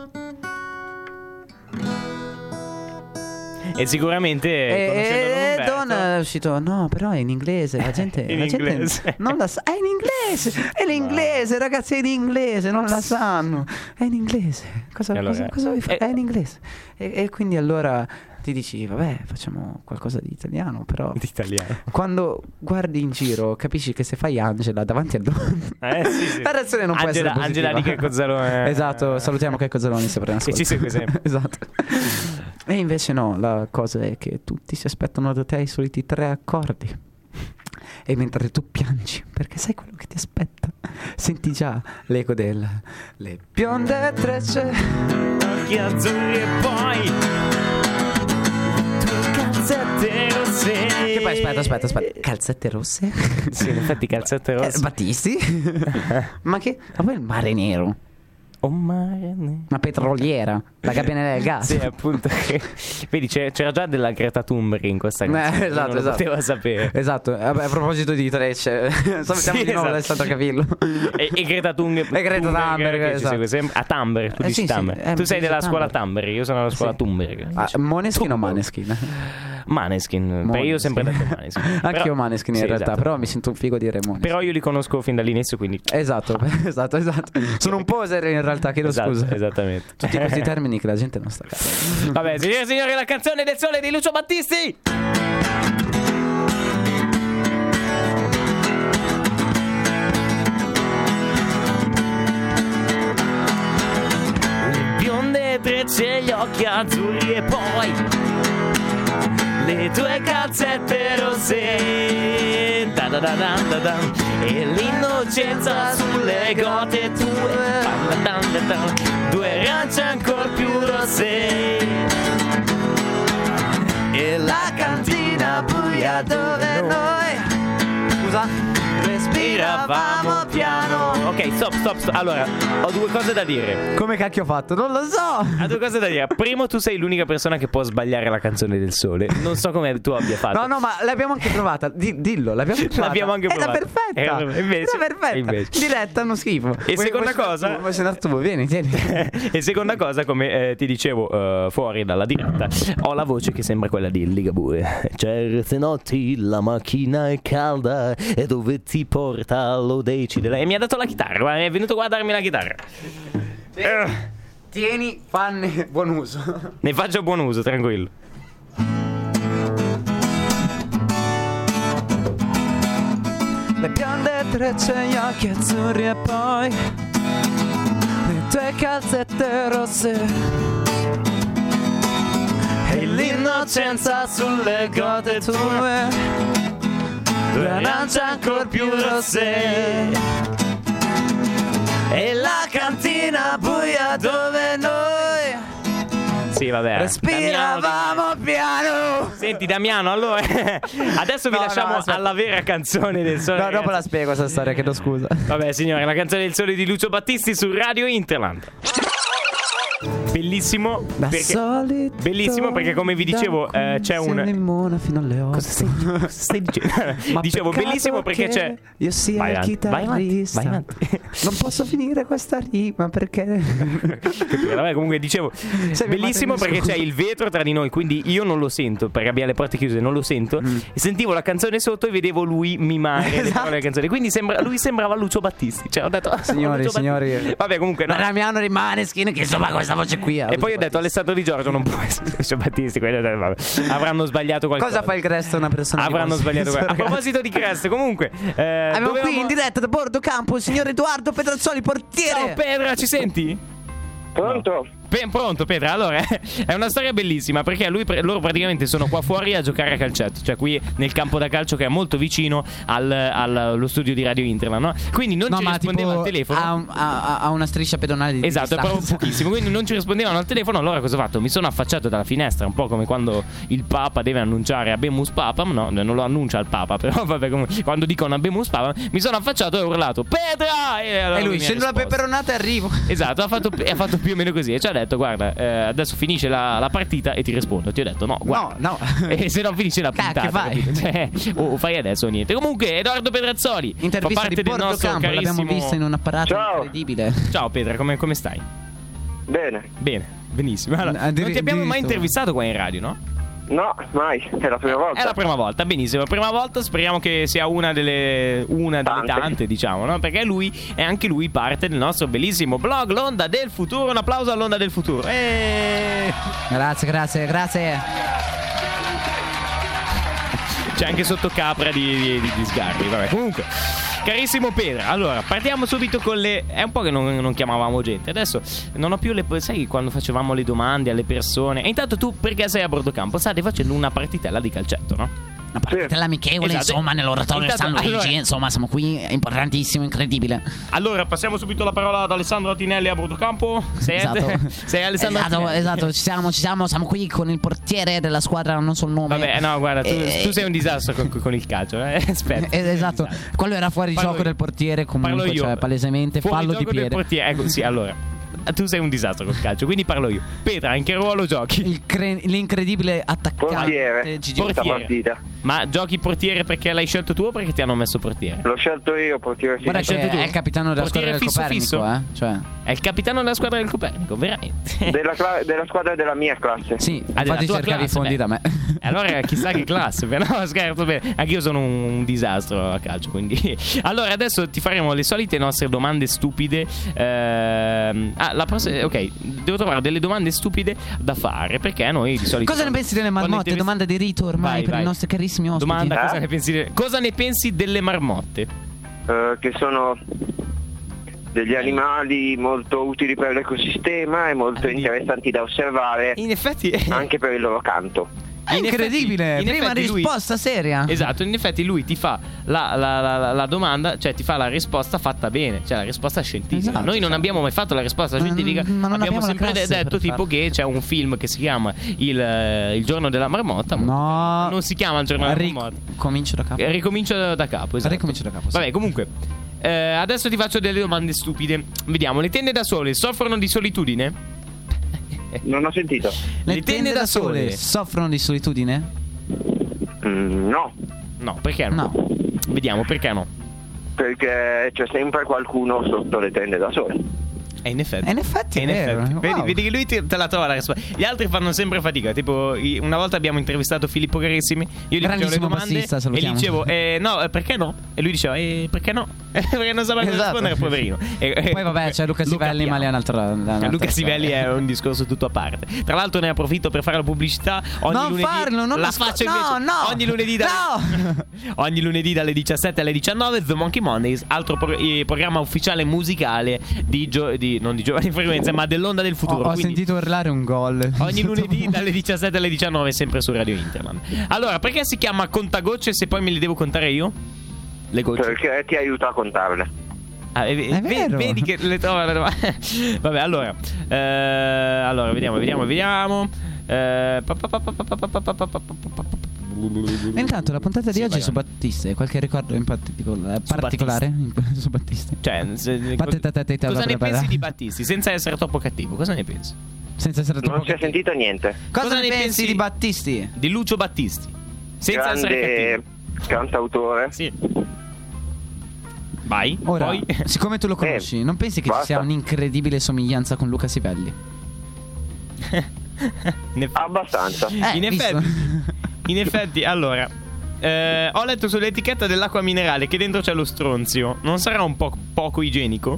[SPEAKER 3] E sicuramente
[SPEAKER 1] e, e Don
[SPEAKER 3] Umberto...
[SPEAKER 1] è uscito. No, però è in inglese. La gente,
[SPEAKER 3] in
[SPEAKER 1] la
[SPEAKER 3] inglese.
[SPEAKER 1] gente non la sa. È in inglese. È in inglese, ragazzi. È in inglese. Non la sanno. È in inglese. Cosa,
[SPEAKER 3] allora,
[SPEAKER 1] cosa, cosa vuoi fare?
[SPEAKER 3] è...
[SPEAKER 1] è in inglese. E, e quindi allora ti dici, vabbè, facciamo qualcosa di italiano. Però
[SPEAKER 3] di italiano.
[SPEAKER 1] quando guardi in giro, capisci che se fai Angela davanti a Don,
[SPEAKER 3] eh, sì, sì.
[SPEAKER 1] la reazione non
[SPEAKER 3] Angela,
[SPEAKER 1] può essere positiva.
[SPEAKER 3] Angela di Checco Zalone.
[SPEAKER 1] Esatto. Salutiamo Checco Zalone sempre in
[SPEAKER 3] Che
[SPEAKER 1] ascolto.
[SPEAKER 3] ci segue sempre.
[SPEAKER 1] Esatto. E invece no, la cosa è che tutti si aspettano da te i soliti tre accordi. E mentre tu piangi, perché sai quello che ti aspetta, senti già l'eco del le bionde trecce,
[SPEAKER 3] occhi azzurri e poi
[SPEAKER 1] due calzette
[SPEAKER 3] calzette rosse.
[SPEAKER 1] Che poi aspetta, aspetta, aspetta. Calzette rosse?
[SPEAKER 3] Sì, in effetti calzette rosse.
[SPEAKER 1] Eh, Battisti? Ma che? Ma poi il Mare Nero.
[SPEAKER 3] Oh mare nero.
[SPEAKER 1] Una petroliera. La gabbiana del gas.
[SPEAKER 3] Sì, appunto. Vedi, c'era, c'era già della Greta Thunberg in questa canzone.
[SPEAKER 1] Eh, esatto,
[SPEAKER 3] non lo
[SPEAKER 1] esatto.
[SPEAKER 3] poteva sapere.
[SPEAKER 1] Esatto. Vabbè, a proposito di Trecce, salutiamo
[SPEAKER 3] Sì,
[SPEAKER 1] di nuovo
[SPEAKER 3] esatto.
[SPEAKER 1] Alessandro Cavillo.
[SPEAKER 3] E, e Greta Thunberg.
[SPEAKER 1] E Greta Thunberg,
[SPEAKER 3] che ci
[SPEAKER 1] esatto.
[SPEAKER 3] segue sempre. A Thunberg, tu
[SPEAKER 1] Eh,
[SPEAKER 3] dici
[SPEAKER 1] sì, sì,
[SPEAKER 3] Thunberg.
[SPEAKER 1] eh,
[SPEAKER 3] tu sei
[SPEAKER 1] dice
[SPEAKER 3] della scuola
[SPEAKER 1] Thunberg.
[SPEAKER 3] Thunberg, io sono della scuola
[SPEAKER 1] Sì.
[SPEAKER 3] Thunberg.
[SPEAKER 1] Ah, Måneskin o
[SPEAKER 3] Thunberg.
[SPEAKER 1] Maneskin?
[SPEAKER 3] Maneskin. Beh, io ho sempre detto Maneskin.
[SPEAKER 1] Anche
[SPEAKER 3] Però-
[SPEAKER 1] io Maneskin in
[SPEAKER 3] sì,
[SPEAKER 1] realtà,
[SPEAKER 3] esatto.
[SPEAKER 1] però mi sento un figo dire Måneskin.
[SPEAKER 3] Però io li conosco fin dall'inizio, quindi.
[SPEAKER 1] Esatto, esatto, esatto. Sono un poser in realtà, chiedo
[SPEAKER 3] Esatto,
[SPEAKER 1] scusa.
[SPEAKER 3] esattamente.
[SPEAKER 1] Tutti questi termini che la gente non sta capendo.
[SPEAKER 3] Vabbè, signore e signori, la canzone del sole di Lucio Battisti. Le bionde trecce, gli occhi azzurri e poi le tue calzette rosse. Da da da da da da. E l'innocenza sulle gote tue. Da da da da. Due arance ancora più rosse. E la cantina buia dove noi
[SPEAKER 1] Scusa?
[SPEAKER 3] respiravamo piano. Ok, stop, stop, stop. Allora, ho due cose da dire.
[SPEAKER 1] Come cacchio ho fatto? Non lo so.
[SPEAKER 3] Ho due cose da dire. Primo, tu sei l'unica persona che può sbagliare la canzone del sole. Non so come tu abbia fatto.
[SPEAKER 1] No, no, ma l'abbiamo anche provata. Di- dillo, l'abbiamo provata.
[SPEAKER 3] L'abbiamo anche provata.
[SPEAKER 1] Era perfetta.
[SPEAKER 3] Era- invece-
[SPEAKER 1] Era perfetta.
[SPEAKER 3] invece.
[SPEAKER 1] Diretta, uno schifo.
[SPEAKER 3] E
[SPEAKER 1] Vuoi-
[SPEAKER 3] seconda
[SPEAKER 1] vuoi-
[SPEAKER 3] cosa?
[SPEAKER 1] Vuoi andare tu? Vieni, vieni.
[SPEAKER 3] E seconda cosa, come eh, ti dicevo eh, fuori dalla diretta, ho la voce che sembra quella di Ligabue. Certe notti la macchina è calda e dove ti porta lo decide lei. E mi ha dato la chitarra, guarda, è venuto qua a darmi la chitarra. Eh,
[SPEAKER 1] Tieni, fanne buon uso.
[SPEAKER 3] ne faccio buon uso, tranquillo.
[SPEAKER 1] Le bionde trecce, gli occhi azzurri e poi le tue calzette rosse. E l'innocenza sulle gote tue. Due arance ancora più rosse. E la cantina buia dove noi
[SPEAKER 3] Sì, vabbè.
[SPEAKER 1] respiravamo piano.
[SPEAKER 3] Senti Damiano, allora adesso vi
[SPEAKER 1] No, no,
[SPEAKER 3] lasciamo
[SPEAKER 1] aspetta.
[SPEAKER 3] alla vera canzone del sole.
[SPEAKER 1] No,
[SPEAKER 3] ragazzi.
[SPEAKER 1] dopo la spiego questa storia, chiedo scusa.
[SPEAKER 3] Vabbè signore, la canzone del sole di Lucio Battisti su Radio Interland. Bellissimo
[SPEAKER 1] Da
[SPEAKER 3] perché,
[SPEAKER 1] solito
[SPEAKER 3] bellissimo perché come vi dicevo eh, c'è un
[SPEAKER 1] limona fino alle otto.
[SPEAKER 3] Cosa stai, cosa stai dicendo?
[SPEAKER 1] Ma
[SPEAKER 3] Dicevo
[SPEAKER 1] peccato
[SPEAKER 3] bellissimo perché
[SPEAKER 1] che
[SPEAKER 3] c'è.
[SPEAKER 1] io sia
[SPEAKER 3] Vai
[SPEAKER 1] il
[SPEAKER 3] avanti, vai avanti,
[SPEAKER 1] chitarrista.
[SPEAKER 3] vai avanti.
[SPEAKER 1] Non posso finire questa rima perché
[SPEAKER 3] Vabbè, comunque dicevo
[SPEAKER 1] Sai, mi
[SPEAKER 3] bellissimo
[SPEAKER 1] manda-
[SPEAKER 3] perché c'è il vetro tra di noi, quindi io non lo sento perché abbiamo le porte chiuse, non lo sento.
[SPEAKER 1] Mm.
[SPEAKER 3] E sentivo la canzone sotto e vedevo lui mimare le
[SPEAKER 1] Esatto.
[SPEAKER 3] parole della canzone. Quindi sembra, lui sembrava Lucio Battisti. Cioè, ho detto, ah,
[SPEAKER 1] Signori,
[SPEAKER 3] Lucio
[SPEAKER 1] signori.
[SPEAKER 3] Battisti. Vabbè, comunque, no.
[SPEAKER 1] Ma Damiano rimane skin che insomma questa voce qui
[SPEAKER 3] E poi ho detto Alessandro Di Giorgio non può essere Lucio Battisti, quindi, vabbè. Avranno sbagliato qualcosa.
[SPEAKER 1] cosa fa il Crest una persona di
[SPEAKER 3] Avranno
[SPEAKER 1] buon
[SPEAKER 3] sbagliato
[SPEAKER 1] senso,
[SPEAKER 3] qualcosa. A
[SPEAKER 1] ragazzi?
[SPEAKER 3] proposito di Crest, comunque eh,
[SPEAKER 1] Abbiamo
[SPEAKER 3] dovevamo-
[SPEAKER 1] qui in diretta da Bordo Campo il signor Edoardo Petrazzoli, portiere.
[SPEAKER 3] Ciao Pedro, ci senti?
[SPEAKER 4] Pronto?
[SPEAKER 3] Pe- pronto Petra, allora è una storia bellissima perché lui, loro praticamente sono qua fuori a giocare a calcetto, cioè qui nel campo da calcio che è molto vicino al, al- allo studio di Radio Interland, no? Quindi non
[SPEAKER 1] No,
[SPEAKER 3] ci
[SPEAKER 1] ma
[SPEAKER 3] rispondeva
[SPEAKER 1] tipo
[SPEAKER 3] al telefono.
[SPEAKER 1] ha, un- ha- ha una striscia pedonale di
[SPEAKER 3] Esatto, è proprio
[SPEAKER 1] distanza.
[SPEAKER 3] pochissimo, quindi non ci rispondevano al telefono. Allora cosa ho fatto? Mi sono affacciato dalla finestra, un po' come quando il Papa deve annunciare Abemus Papam. No, non lo annuncia il Papa, però vabbè, comunque, quando dicono Abemus Papam mi sono affacciato e ho urlato Petra! E, allora
[SPEAKER 1] E lui
[SPEAKER 3] mi ha
[SPEAKER 1] scendo la
[SPEAKER 3] risposto.
[SPEAKER 1] peperonata e arrivo.
[SPEAKER 3] Esatto, ha fatto, ha fatto più o meno così. E ci ha detto: guarda, eh, adesso finisce la, la partita e ti rispondo. Ti ho detto: no, guarda.
[SPEAKER 1] No, no.
[SPEAKER 3] E se no finisce la
[SPEAKER 1] Cacchio,
[SPEAKER 3] puntata,
[SPEAKER 1] fai.
[SPEAKER 3] capito? Cioè, o fai adesso o niente. Comunque, Edoardo Pedrazzoli fa
[SPEAKER 1] Intervista
[SPEAKER 3] parte
[SPEAKER 1] di
[SPEAKER 3] del
[SPEAKER 1] Bordo
[SPEAKER 3] nostro
[SPEAKER 1] Campo, l'abbiamo
[SPEAKER 3] carissimo.
[SPEAKER 1] vista in un apparato
[SPEAKER 4] Ciao.
[SPEAKER 1] incredibile.
[SPEAKER 3] Ciao Petra, come, come stai?
[SPEAKER 4] Bene.
[SPEAKER 3] Bene, benissimo. Allora,
[SPEAKER 1] Ah, di-
[SPEAKER 3] non ti abbiamo
[SPEAKER 1] di-
[SPEAKER 3] mai
[SPEAKER 1] di-
[SPEAKER 3] intervistato qua in radio, no?
[SPEAKER 4] No, mai. È la prima volta.
[SPEAKER 3] È la prima volta, benissimo. Prima volta, speriamo che sia una delle una delle
[SPEAKER 4] Tante.
[SPEAKER 3] tante, diciamo, no? Perché lui è anche lui parte del nostro bellissimo blog L'Onda del Futuro. Un applauso all'Onda del Futuro. E...
[SPEAKER 1] Grazie, grazie, grazie.
[SPEAKER 3] C'è anche sotto capra di, di, di, di sgarri. Vabbè, comunque. Carissimo Pedro, allora partiamo subito con le. È un po' che non, non chiamavamo gente. Adesso non ho più le. Sai quando facevamo le domande alle persone. E intanto tu perché sei a bordo campo? State facendo una partitella di calcetto, no?
[SPEAKER 1] una partita
[SPEAKER 4] Sì.
[SPEAKER 1] amichevole,
[SPEAKER 3] Esatto.
[SPEAKER 1] insomma, nell'oratorio di San
[SPEAKER 3] Intanto,
[SPEAKER 1] Luigi.
[SPEAKER 3] allora-
[SPEAKER 1] Insomma, siamo qui, è importantissimo, incredibile.
[SPEAKER 3] Allora, passiamo subito la parola ad Alessandro Tinelli a Bordocampo. Sei,
[SPEAKER 1] Esatto.
[SPEAKER 3] sei Alessandro
[SPEAKER 1] Esatto,
[SPEAKER 3] Tinelli.
[SPEAKER 1] esatto, ci siamo, ci siamo, siamo qui con il portiere della squadra, non so il nome.
[SPEAKER 3] Vabbè, no, guarda, tu,
[SPEAKER 1] Eh,
[SPEAKER 3] tu sei un disastro con, con il calcio. Eh? Aspetta.
[SPEAKER 1] Eh, esatto, quello era fuori
[SPEAKER 3] Parlo
[SPEAKER 1] gioco
[SPEAKER 3] io.
[SPEAKER 1] del portiere,
[SPEAKER 3] Parlo
[SPEAKER 1] comunque,
[SPEAKER 3] io.
[SPEAKER 1] cioè, palesemente
[SPEAKER 3] Fuori
[SPEAKER 1] fallo
[SPEAKER 3] gioco
[SPEAKER 1] di
[SPEAKER 3] del
[SPEAKER 1] piede.
[SPEAKER 3] portiere. Ecco, sì, allora. Tu sei un disastro col calcio, quindi parlo io. Petra, in che ruolo giochi?
[SPEAKER 1] Il cre- l'incredibile attaccante
[SPEAKER 4] Portiere.
[SPEAKER 1] Gigi
[SPEAKER 3] Portiere.
[SPEAKER 4] Questa partita.
[SPEAKER 3] Ma giochi portiere perché l'hai scelto tu o perché ti hanno messo portiere?
[SPEAKER 4] L'ho scelto io, portiere sì.
[SPEAKER 1] Guarda
[SPEAKER 3] L'hai
[SPEAKER 1] che
[SPEAKER 3] scelto tu?
[SPEAKER 1] è il capitano della
[SPEAKER 3] Portiere
[SPEAKER 1] squadra del
[SPEAKER 3] fisso,
[SPEAKER 1] Copernico,
[SPEAKER 3] fisso?
[SPEAKER 1] eh? Cioè,
[SPEAKER 3] È il capitano della squadra del Copernico, veramente.
[SPEAKER 4] Della, cla- della squadra della mia classe.
[SPEAKER 1] sì,
[SPEAKER 3] Ah, della
[SPEAKER 1] infatti
[SPEAKER 3] tua
[SPEAKER 1] cercavi i
[SPEAKER 3] classe,
[SPEAKER 1] fondi
[SPEAKER 3] beh.
[SPEAKER 1] da me.
[SPEAKER 3] E allora chissà che classe. No, scherzo, beh, anch'io sono un, un disastro a calcio, quindi. Allora adesso ti faremo le solite nostre domande stupide. Ehm, Ah, la prossima. Ok, devo trovare delle domande stupide da fare, perché noi di solito.
[SPEAKER 1] Cosa ne pensi delle
[SPEAKER 3] quando
[SPEAKER 1] marmotte?
[SPEAKER 3] intervist-
[SPEAKER 1] Domanda di rito ormai
[SPEAKER 3] Vai,
[SPEAKER 1] per
[SPEAKER 3] vai.
[SPEAKER 1] i nostri carissimi ospiti.
[SPEAKER 3] Domanda,
[SPEAKER 4] Eh?
[SPEAKER 3] cosa ne pensi de- cosa ne pensi delle marmotte?
[SPEAKER 4] Eh, che sono degli animali molto utili per l'ecosistema e molto
[SPEAKER 3] Ah,
[SPEAKER 4] interessanti da osservare
[SPEAKER 3] In effetti
[SPEAKER 4] anche per il loro canto.
[SPEAKER 1] È
[SPEAKER 3] in
[SPEAKER 1] incredibile,
[SPEAKER 3] effetti- in
[SPEAKER 1] prima
[SPEAKER 3] effetti lui-
[SPEAKER 1] risposta seria.
[SPEAKER 3] Esatto, in effetti lui ti fa la, la- la- la- la domanda, cioè ti fa la risposta fatta bene, cioè la risposta scientifica.
[SPEAKER 1] Esatto,
[SPEAKER 3] Noi non
[SPEAKER 1] cioè.
[SPEAKER 3] abbiamo mai fatto la risposta
[SPEAKER 1] Ma-
[SPEAKER 3] scientifica,
[SPEAKER 1] ma non
[SPEAKER 3] abbiamo
[SPEAKER 1] abbiamo la
[SPEAKER 3] sempre
[SPEAKER 1] classe
[SPEAKER 3] detto
[SPEAKER 1] per
[SPEAKER 3] tipo
[SPEAKER 1] farlo.
[SPEAKER 3] che c'è un film che si chiama Il, eh, il giorno della marmotta.
[SPEAKER 1] No.
[SPEAKER 3] Non si chiama il giorno della
[SPEAKER 1] Ric-
[SPEAKER 3] marmotta.
[SPEAKER 1] Comincio da capo.
[SPEAKER 3] Eh, Ricomincio da, da capo, esatto.
[SPEAKER 1] Ricomincio da capo, sì.
[SPEAKER 3] Vabbè, comunque eh, adesso ti faccio delle domande stupide. Vediamo, le tende da sole soffrono di solitudine?
[SPEAKER 4] Non ho sentito.
[SPEAKER 1] Le tende da sole soffrono di solitudine?
[SPEAKER 4] Mm, no,
[SPEAKER 3] No, perché no?
[SPEAKER 1] No.
[SPEAKER 3] Vediamo, perché no?
[SPEAKER 4] perché c'è sempre qualcuno sotto le tende da sole.
[SPEAKER 3] E in effetti,
[SPEAKER 1] E in effetti
[SPEAKER 3] E
[SPEAKER 1] è vero, wow.
[SPEAKER 3] Vedi, vedi che lui ti- te la trova la risposta. Gli altri fanno sempre fatica. Tipo, i- una volta abbiamo intervistato Filippo Carissimi. Io gli facevo le
[SPEAKER 1] Grandissimo
[SPEAKER 3] domande
[SPEAKER 1] bassista,
[SPEAKER 3] e gli
[SPEAKER 1] salutiamo.
[SPEAKER 3] dicevo, eh, no, eh, perché no? E lui diceva, eh, perché no? Perché non sapeva cosa
[SPEAKER 1] Esatto.
[SPEAKER 3] rispondere, poverino. E- e-
[SPEAKER 1] Poi vabbè, c'è Luca Sivelli, ma lì è un'altra, un'altra
[SPEAKER 3] Luca Sivelli
[SPEAKER 1] storia.
[SPEAKER 3] è un discorso tutto a parte. Tra l'altro ne approfitto per fare la pubblicità. Ogni
[SPEAKER 1] Non
[SPEAKER 3] lunedì
[SPEAKER 1] farlo, non
[SPEAKER 3] la
[SPEAKER 1] nasco-
[SPEAKER 3] faccio
[SPEAKER 1] no,
[SPEAKER 3] invece.
[SPEAKER 1] no.
[SPEAKER 3] Ogni lunedì dalle,
[SPEAKER 1] No.
[SPEAKER 3] ogni lunedì dalle diciassette alle diciannove The Monkey Mondays, altro pro- eh, programma ufficiale musicale di, gio- di non di Giovani Frequenze, ma dell'Onda del
[SPEAKER 1] Ho,
[SPEAKER 3] Futuro.
[SPEAKER 1] ho
[SPEAKER 3] Quindi
[SPEAKER 1] sentito urlare un gol.
[SPEAKER 3] ogni lunedì dalle diciassette alle diciannove sempre su Radio Interland. Allora, perché si chiama contagocce se poi me li devo contare io? Le gocce.
[SPEAKER 4] Perché ti aiuta a contarle.
[SPEAKER 3] Ah, eh,
[SPEAKER 1] È
[SPEAKER 3] ve-
[SPEAKER 1] vero.
[SPEAKER 3] Vedi che le trovo la domanda. Vabbè, allora. eh, allora, vediamo, vediamo, vediamo. Eh, pa- pa- pa- pa- pa- pa- pa- pa- pa- pa- pa- pa- pa-
[SPEAKER 1] E intanto la puntata di
[SPEAKER 3] Sì,
[SPEAKER 1] oggi
[SPEAKER 3] vai
[SPEAKER 1] è su
[SPEAKER 3] avanti.
[SPEAKER 1] Battiste. Qualche ricordo in particolare? particolare? su Battiste.
[SPEAKER 3] Cioè, se-
[SPEAKER 1] Batte- te- te- te- te-
[SPEAKER 3] cosa ne
[SPEAKER 1] te- te-
[SPEAKER 3] pensi
[SPEAKER 1] te-
[SPEAKER 3] di Battisti? Senza essere troppo cattivo, cosa ne pensi?
[SPEAKER 1] Senza essere troppo
[SPEAKER 4] Non si è
[SPEAKER 1] cattivo.
[SPEAKER 4] sentito niente.
[SPEAKER 1] Cosa,
[SPEAKER 3] Cosa
[SPEAKER 1] ne
[SPEAKER 3] ne
[SPEAKER 1] pensi,
[SPEAKER 3] pensi
[SPEAKER 1] di Battisti?
[SPEAKER 3] Di Lucio Battisti. Senza essere
[SPEAKER 4] Grande
[SPEAKER 3] cattivo.
[SPEAKER 4] cantautore.
[SPEAKER 3] Sì. Vai.
[SPEAKER 1] Ora,
[SPEAKER 3] Poi.
[SPEAKER 1] siccome tu lo conosci,
[SPEAKER 4] Eh,
[SPEAKER 1] non pensi che
[SPEAKER 4] basta.
[SPEAKER 1] ci sia un'incredibile somiglianza con Luca Sivelli?
[SPEAKER 3] In eff-
[SPEAKER 4] Abbastanza.
[SPEAKER 1] Eh,
[SPEAKER 3] in
[SPEAKER 1] visto?
[SPEAKER 3] effetti, in effetti, allora, eh, ho letto sull'etichetta dell'acqua minerale che dentro c'è lo stronzio. Non sarà un po' poco igienico?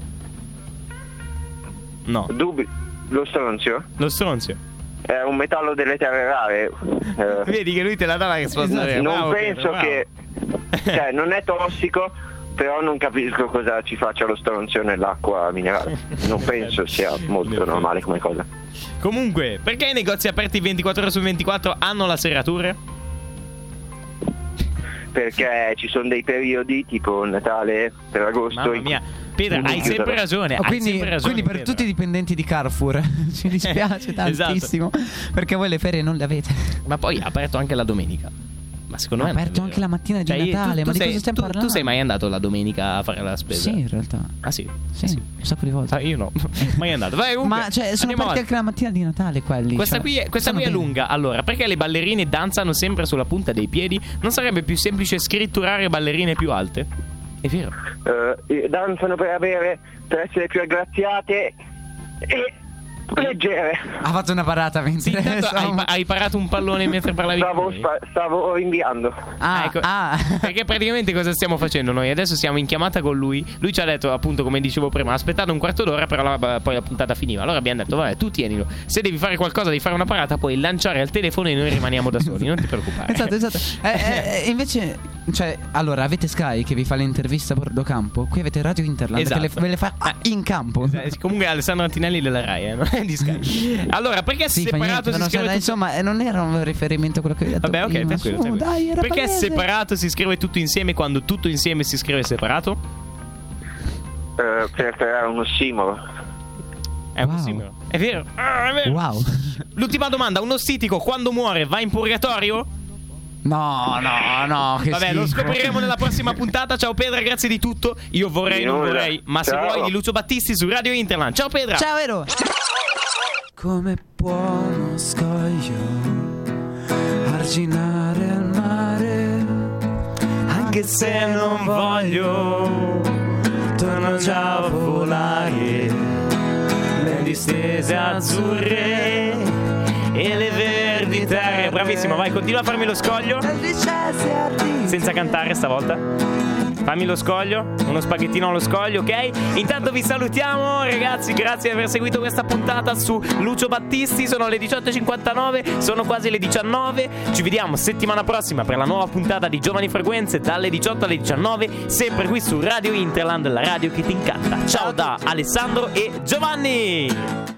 [SPEAKER 3] No,
[SPEAKER 4] Dubbi. Lo stronzio
[SPEAKER 3] lo stronzio.
[SPEAKER 4] è un metallo delle terre rare. Eh,
[SPEAKER 3] Vedi che lui te la dà la risposta
[SPEAKER 1] Esatto.
[SPEAKER 3] vera.
[SPEAKER 4] non
[SPEAKER 3] Bravo,
[SPEAKER 4] penso
[SPEAKER 3] Pietro, bravo.
[SPEAKER 4] che. Cioè, non è tossico, però non capisco cosa ci faccia lo stronzio nell'acqua minerale. Non penso sia molto normale come cosa.
[SPEAKER 3] Comunque, perché i negozi aperti ventiquattro ore su ventiquattro hanno la serratura?
[SPEAKER 4] Perché ci sono dei periodi tipo Natale, per agosto.
[SPEAKER 3] Mamma
[SPEAKER 4] in-
[SPEAKER 3] mia, Pietro,
[SPEAKER 4] in cui
[SPEAKER 3] hai
[SPEAKER 4] chiudono.
[SPEAKER 3] sempre ragione.
[SPEAKER 1] Oh,
[SPEAKER 3] hai
[SPEAKER 1] quindi,
[SPEAKER 3] sempre ragione,
[SPEAKER 1] quindi per
[SPEAKER 3] Pietro.
[SPEAKER 1] tutti i dipendenti di Carrefour ci dispiace
[SPEAKER 3] Esatto.
[SPEAKER 1] tantissimo perché voi le ferie non le avete.
[SPEAKER 3] Ma poi ha aperto anche la domenica. Ma secondo
[SPEAKER 1] Ha
[SPEAKER 3] me non è
[SPEAKER 1] aperto
[SPEAKER 3] vero.
[SPEAKER 1] anche la mattina di
[SPEAKER 3] Cioè,
[SPEAKER 1] Natale,
[SPEAKER 3] tu-
[SPEAKER 1] ma
[SPEAKER 3] tu
[SPEAKER 1] di
[SPEAKER 3] sei-
[SPEAKER 1] cosa stiamo
[SPEAKER 3] tu-
[SPEAKER 1] parlando?
[SPEAKER 3] Tu sei mai andato la domenica a fare la spesa?
[SPEAKER 1] Sì, in realtà.
[SPEAKER 3] Ah sì?
[SPEAKER 1] Sì,
[SPEAKER 3] Ah, sì.
[SPEAKER 1] un sacco di volte.
[SPEAKER 3] Ah, io no, mai andato. Vai, comunque,
[SPEAKER 1] Ma cioè, sono
[SPEAKER 3] andiamo
[SPEAKER 1] aperti
[SPEAKER 3] avanti.
[SPEAKER 1] anche la mattina di Natale quelli.
[SPEAKER 3] Questa
[SPEAKER 1] cioè,
[SPEAKER 3] qui è, questa
[SPEAKER 1] stanno
[SPEAKER 3] qui è
[SPEAKER 1] bene.
[SPEAKER 3] lunga. Allora, perché le ballerine danzano sempre sulla punta dei piedi? Non sarebbe più semplice scritturare ballerine più alte? È vero.
[SPEAKER 4] Eh, danzano per avere per essere più aggraziate e leggere.
[SPEAKER 1] Ha fatto una parata
[SPEAKER 3] Sì,
[SPEAKER 1] mentre
[SPEAKER 3] intanto hai,
[SPEAKER 1] stavo-
[SPEAKER 3] hai parato un pallone mentre parlavi con
[SPEAKER 4] Stavo,
[SPEAKER 3] noi.
[SPEAKER 4] spa- stavo inviando.
[SPEAKER 1] Ah,
[SPEAKER 3] ecco,
[SPEAKER 1] ah.
[SPEAKER 3] perché praticamente cosa stiamo facendo noi? Adesso siamo in chiamata con lui. Lui ci ha detto, appunto, come dicevo prima, aspettate un quarto d'ora, però la- poi la puntata finiva. Allora abbiamo detto, vabbè, tu tienilo. Se devi fare qualcosa, devi fare una parata, puoi lanciare al telefono e noi rimaniamo da soli. Non ti preoccupare.
[SPEAKER 1] Esatto, esatto. Eh, eh, eh, invece, cioè, allora, avete Sky che vi fa l'intervista a bordo campo. Qui avete Radio Interland
[SPEAKER 3] Esatto.
[SPEAKER 1] che le, ve le fa ah, in campo.
[SPEAKER 3] Eh, Comunque Alessandro Antinelli della Rai, eh, no? di Sky. Allora, perché
[SPEAKER 1] Sì, fa
[SPEAKER 3] separato
[SPEAKER 1] niente,
[SPEAKER 3] si
[SPEAKER 1] non
[SPEAKER 3] scrive
[SPEAKER 1] c'era-
[SPEAKER 3] tutto...
[SPEAKER 1] insomma, eh, non era un riferimento a quello che hai detto
[SPEAKER 3] Vabbè, ok,
[SPEAKER 1] prima.
[SPEAKER 3] tranquillo,
[SPEAKER 1] Su,
[SPEAKER 3] tranquillo.
[SPEAKER 1] dai, era
[SPEAKER 3] Perché
[SPEAKER 1] palese.
[SPEAKER 3] separato si scrive tutto insieme quando tutto insieme si scrive separato?
[SPEAKER 4] Eh, per creare un ossimoro.
[SPEAKER 3] È un
[SPEAKER 1] Wow.
[SPEAKER 3] ossimoro. È vero. Ah, è vero.
[SPEAKER 1] Wow.
[SPEAKER 3] L'ultima domanda, un ossitico quando muore va in purgatorio?
[SPEAKER 1] No, no, no. Che
[SPEAKER 3] Vabbè, lo
[SPEAKER 1] schifo.
[SPEAKER 3] scopriremo nella prossima puntata. Ciao Pedra, grazie di tutto. Io vorrei,
[SPEAKER 4] Di
[SPEAKER 3] non
[SPEAKER 4] nulla.
[SPEAKER 3] vorrei, ma se
[SPEAKER 4] Ciao.
[SPEAKER 3] vuoi, di Lucio Battisti su Radio Interland. Ciao Pedra.
[SPEAKER 1] Ciao, Ero. Come può uno scoglio arginare il mare?
[SPEAKER 3] Anche se non voglio, torno già a volare nelle distese azzurre e le verdi terre. Bravissimo, vai, continua a farmi lo scoglio senza cantare stavolta. Fammi lo scoglio, uno spaghettino allo scoglio, ok? Intanto vi salutiamo, ragazzi, grazie di aver seguito questa puntata su Lucio Battisti. Sono le diciotto e cinquantanove, sono quasi le diciannove. Ci vediamo settimana prossima per la nuova puntata di Giovani Frequenze dalle diciotto alle diciannove, sempre qui su Radio Interland, la radio che ti incanta. Ciao da Alessandro e Giovanni.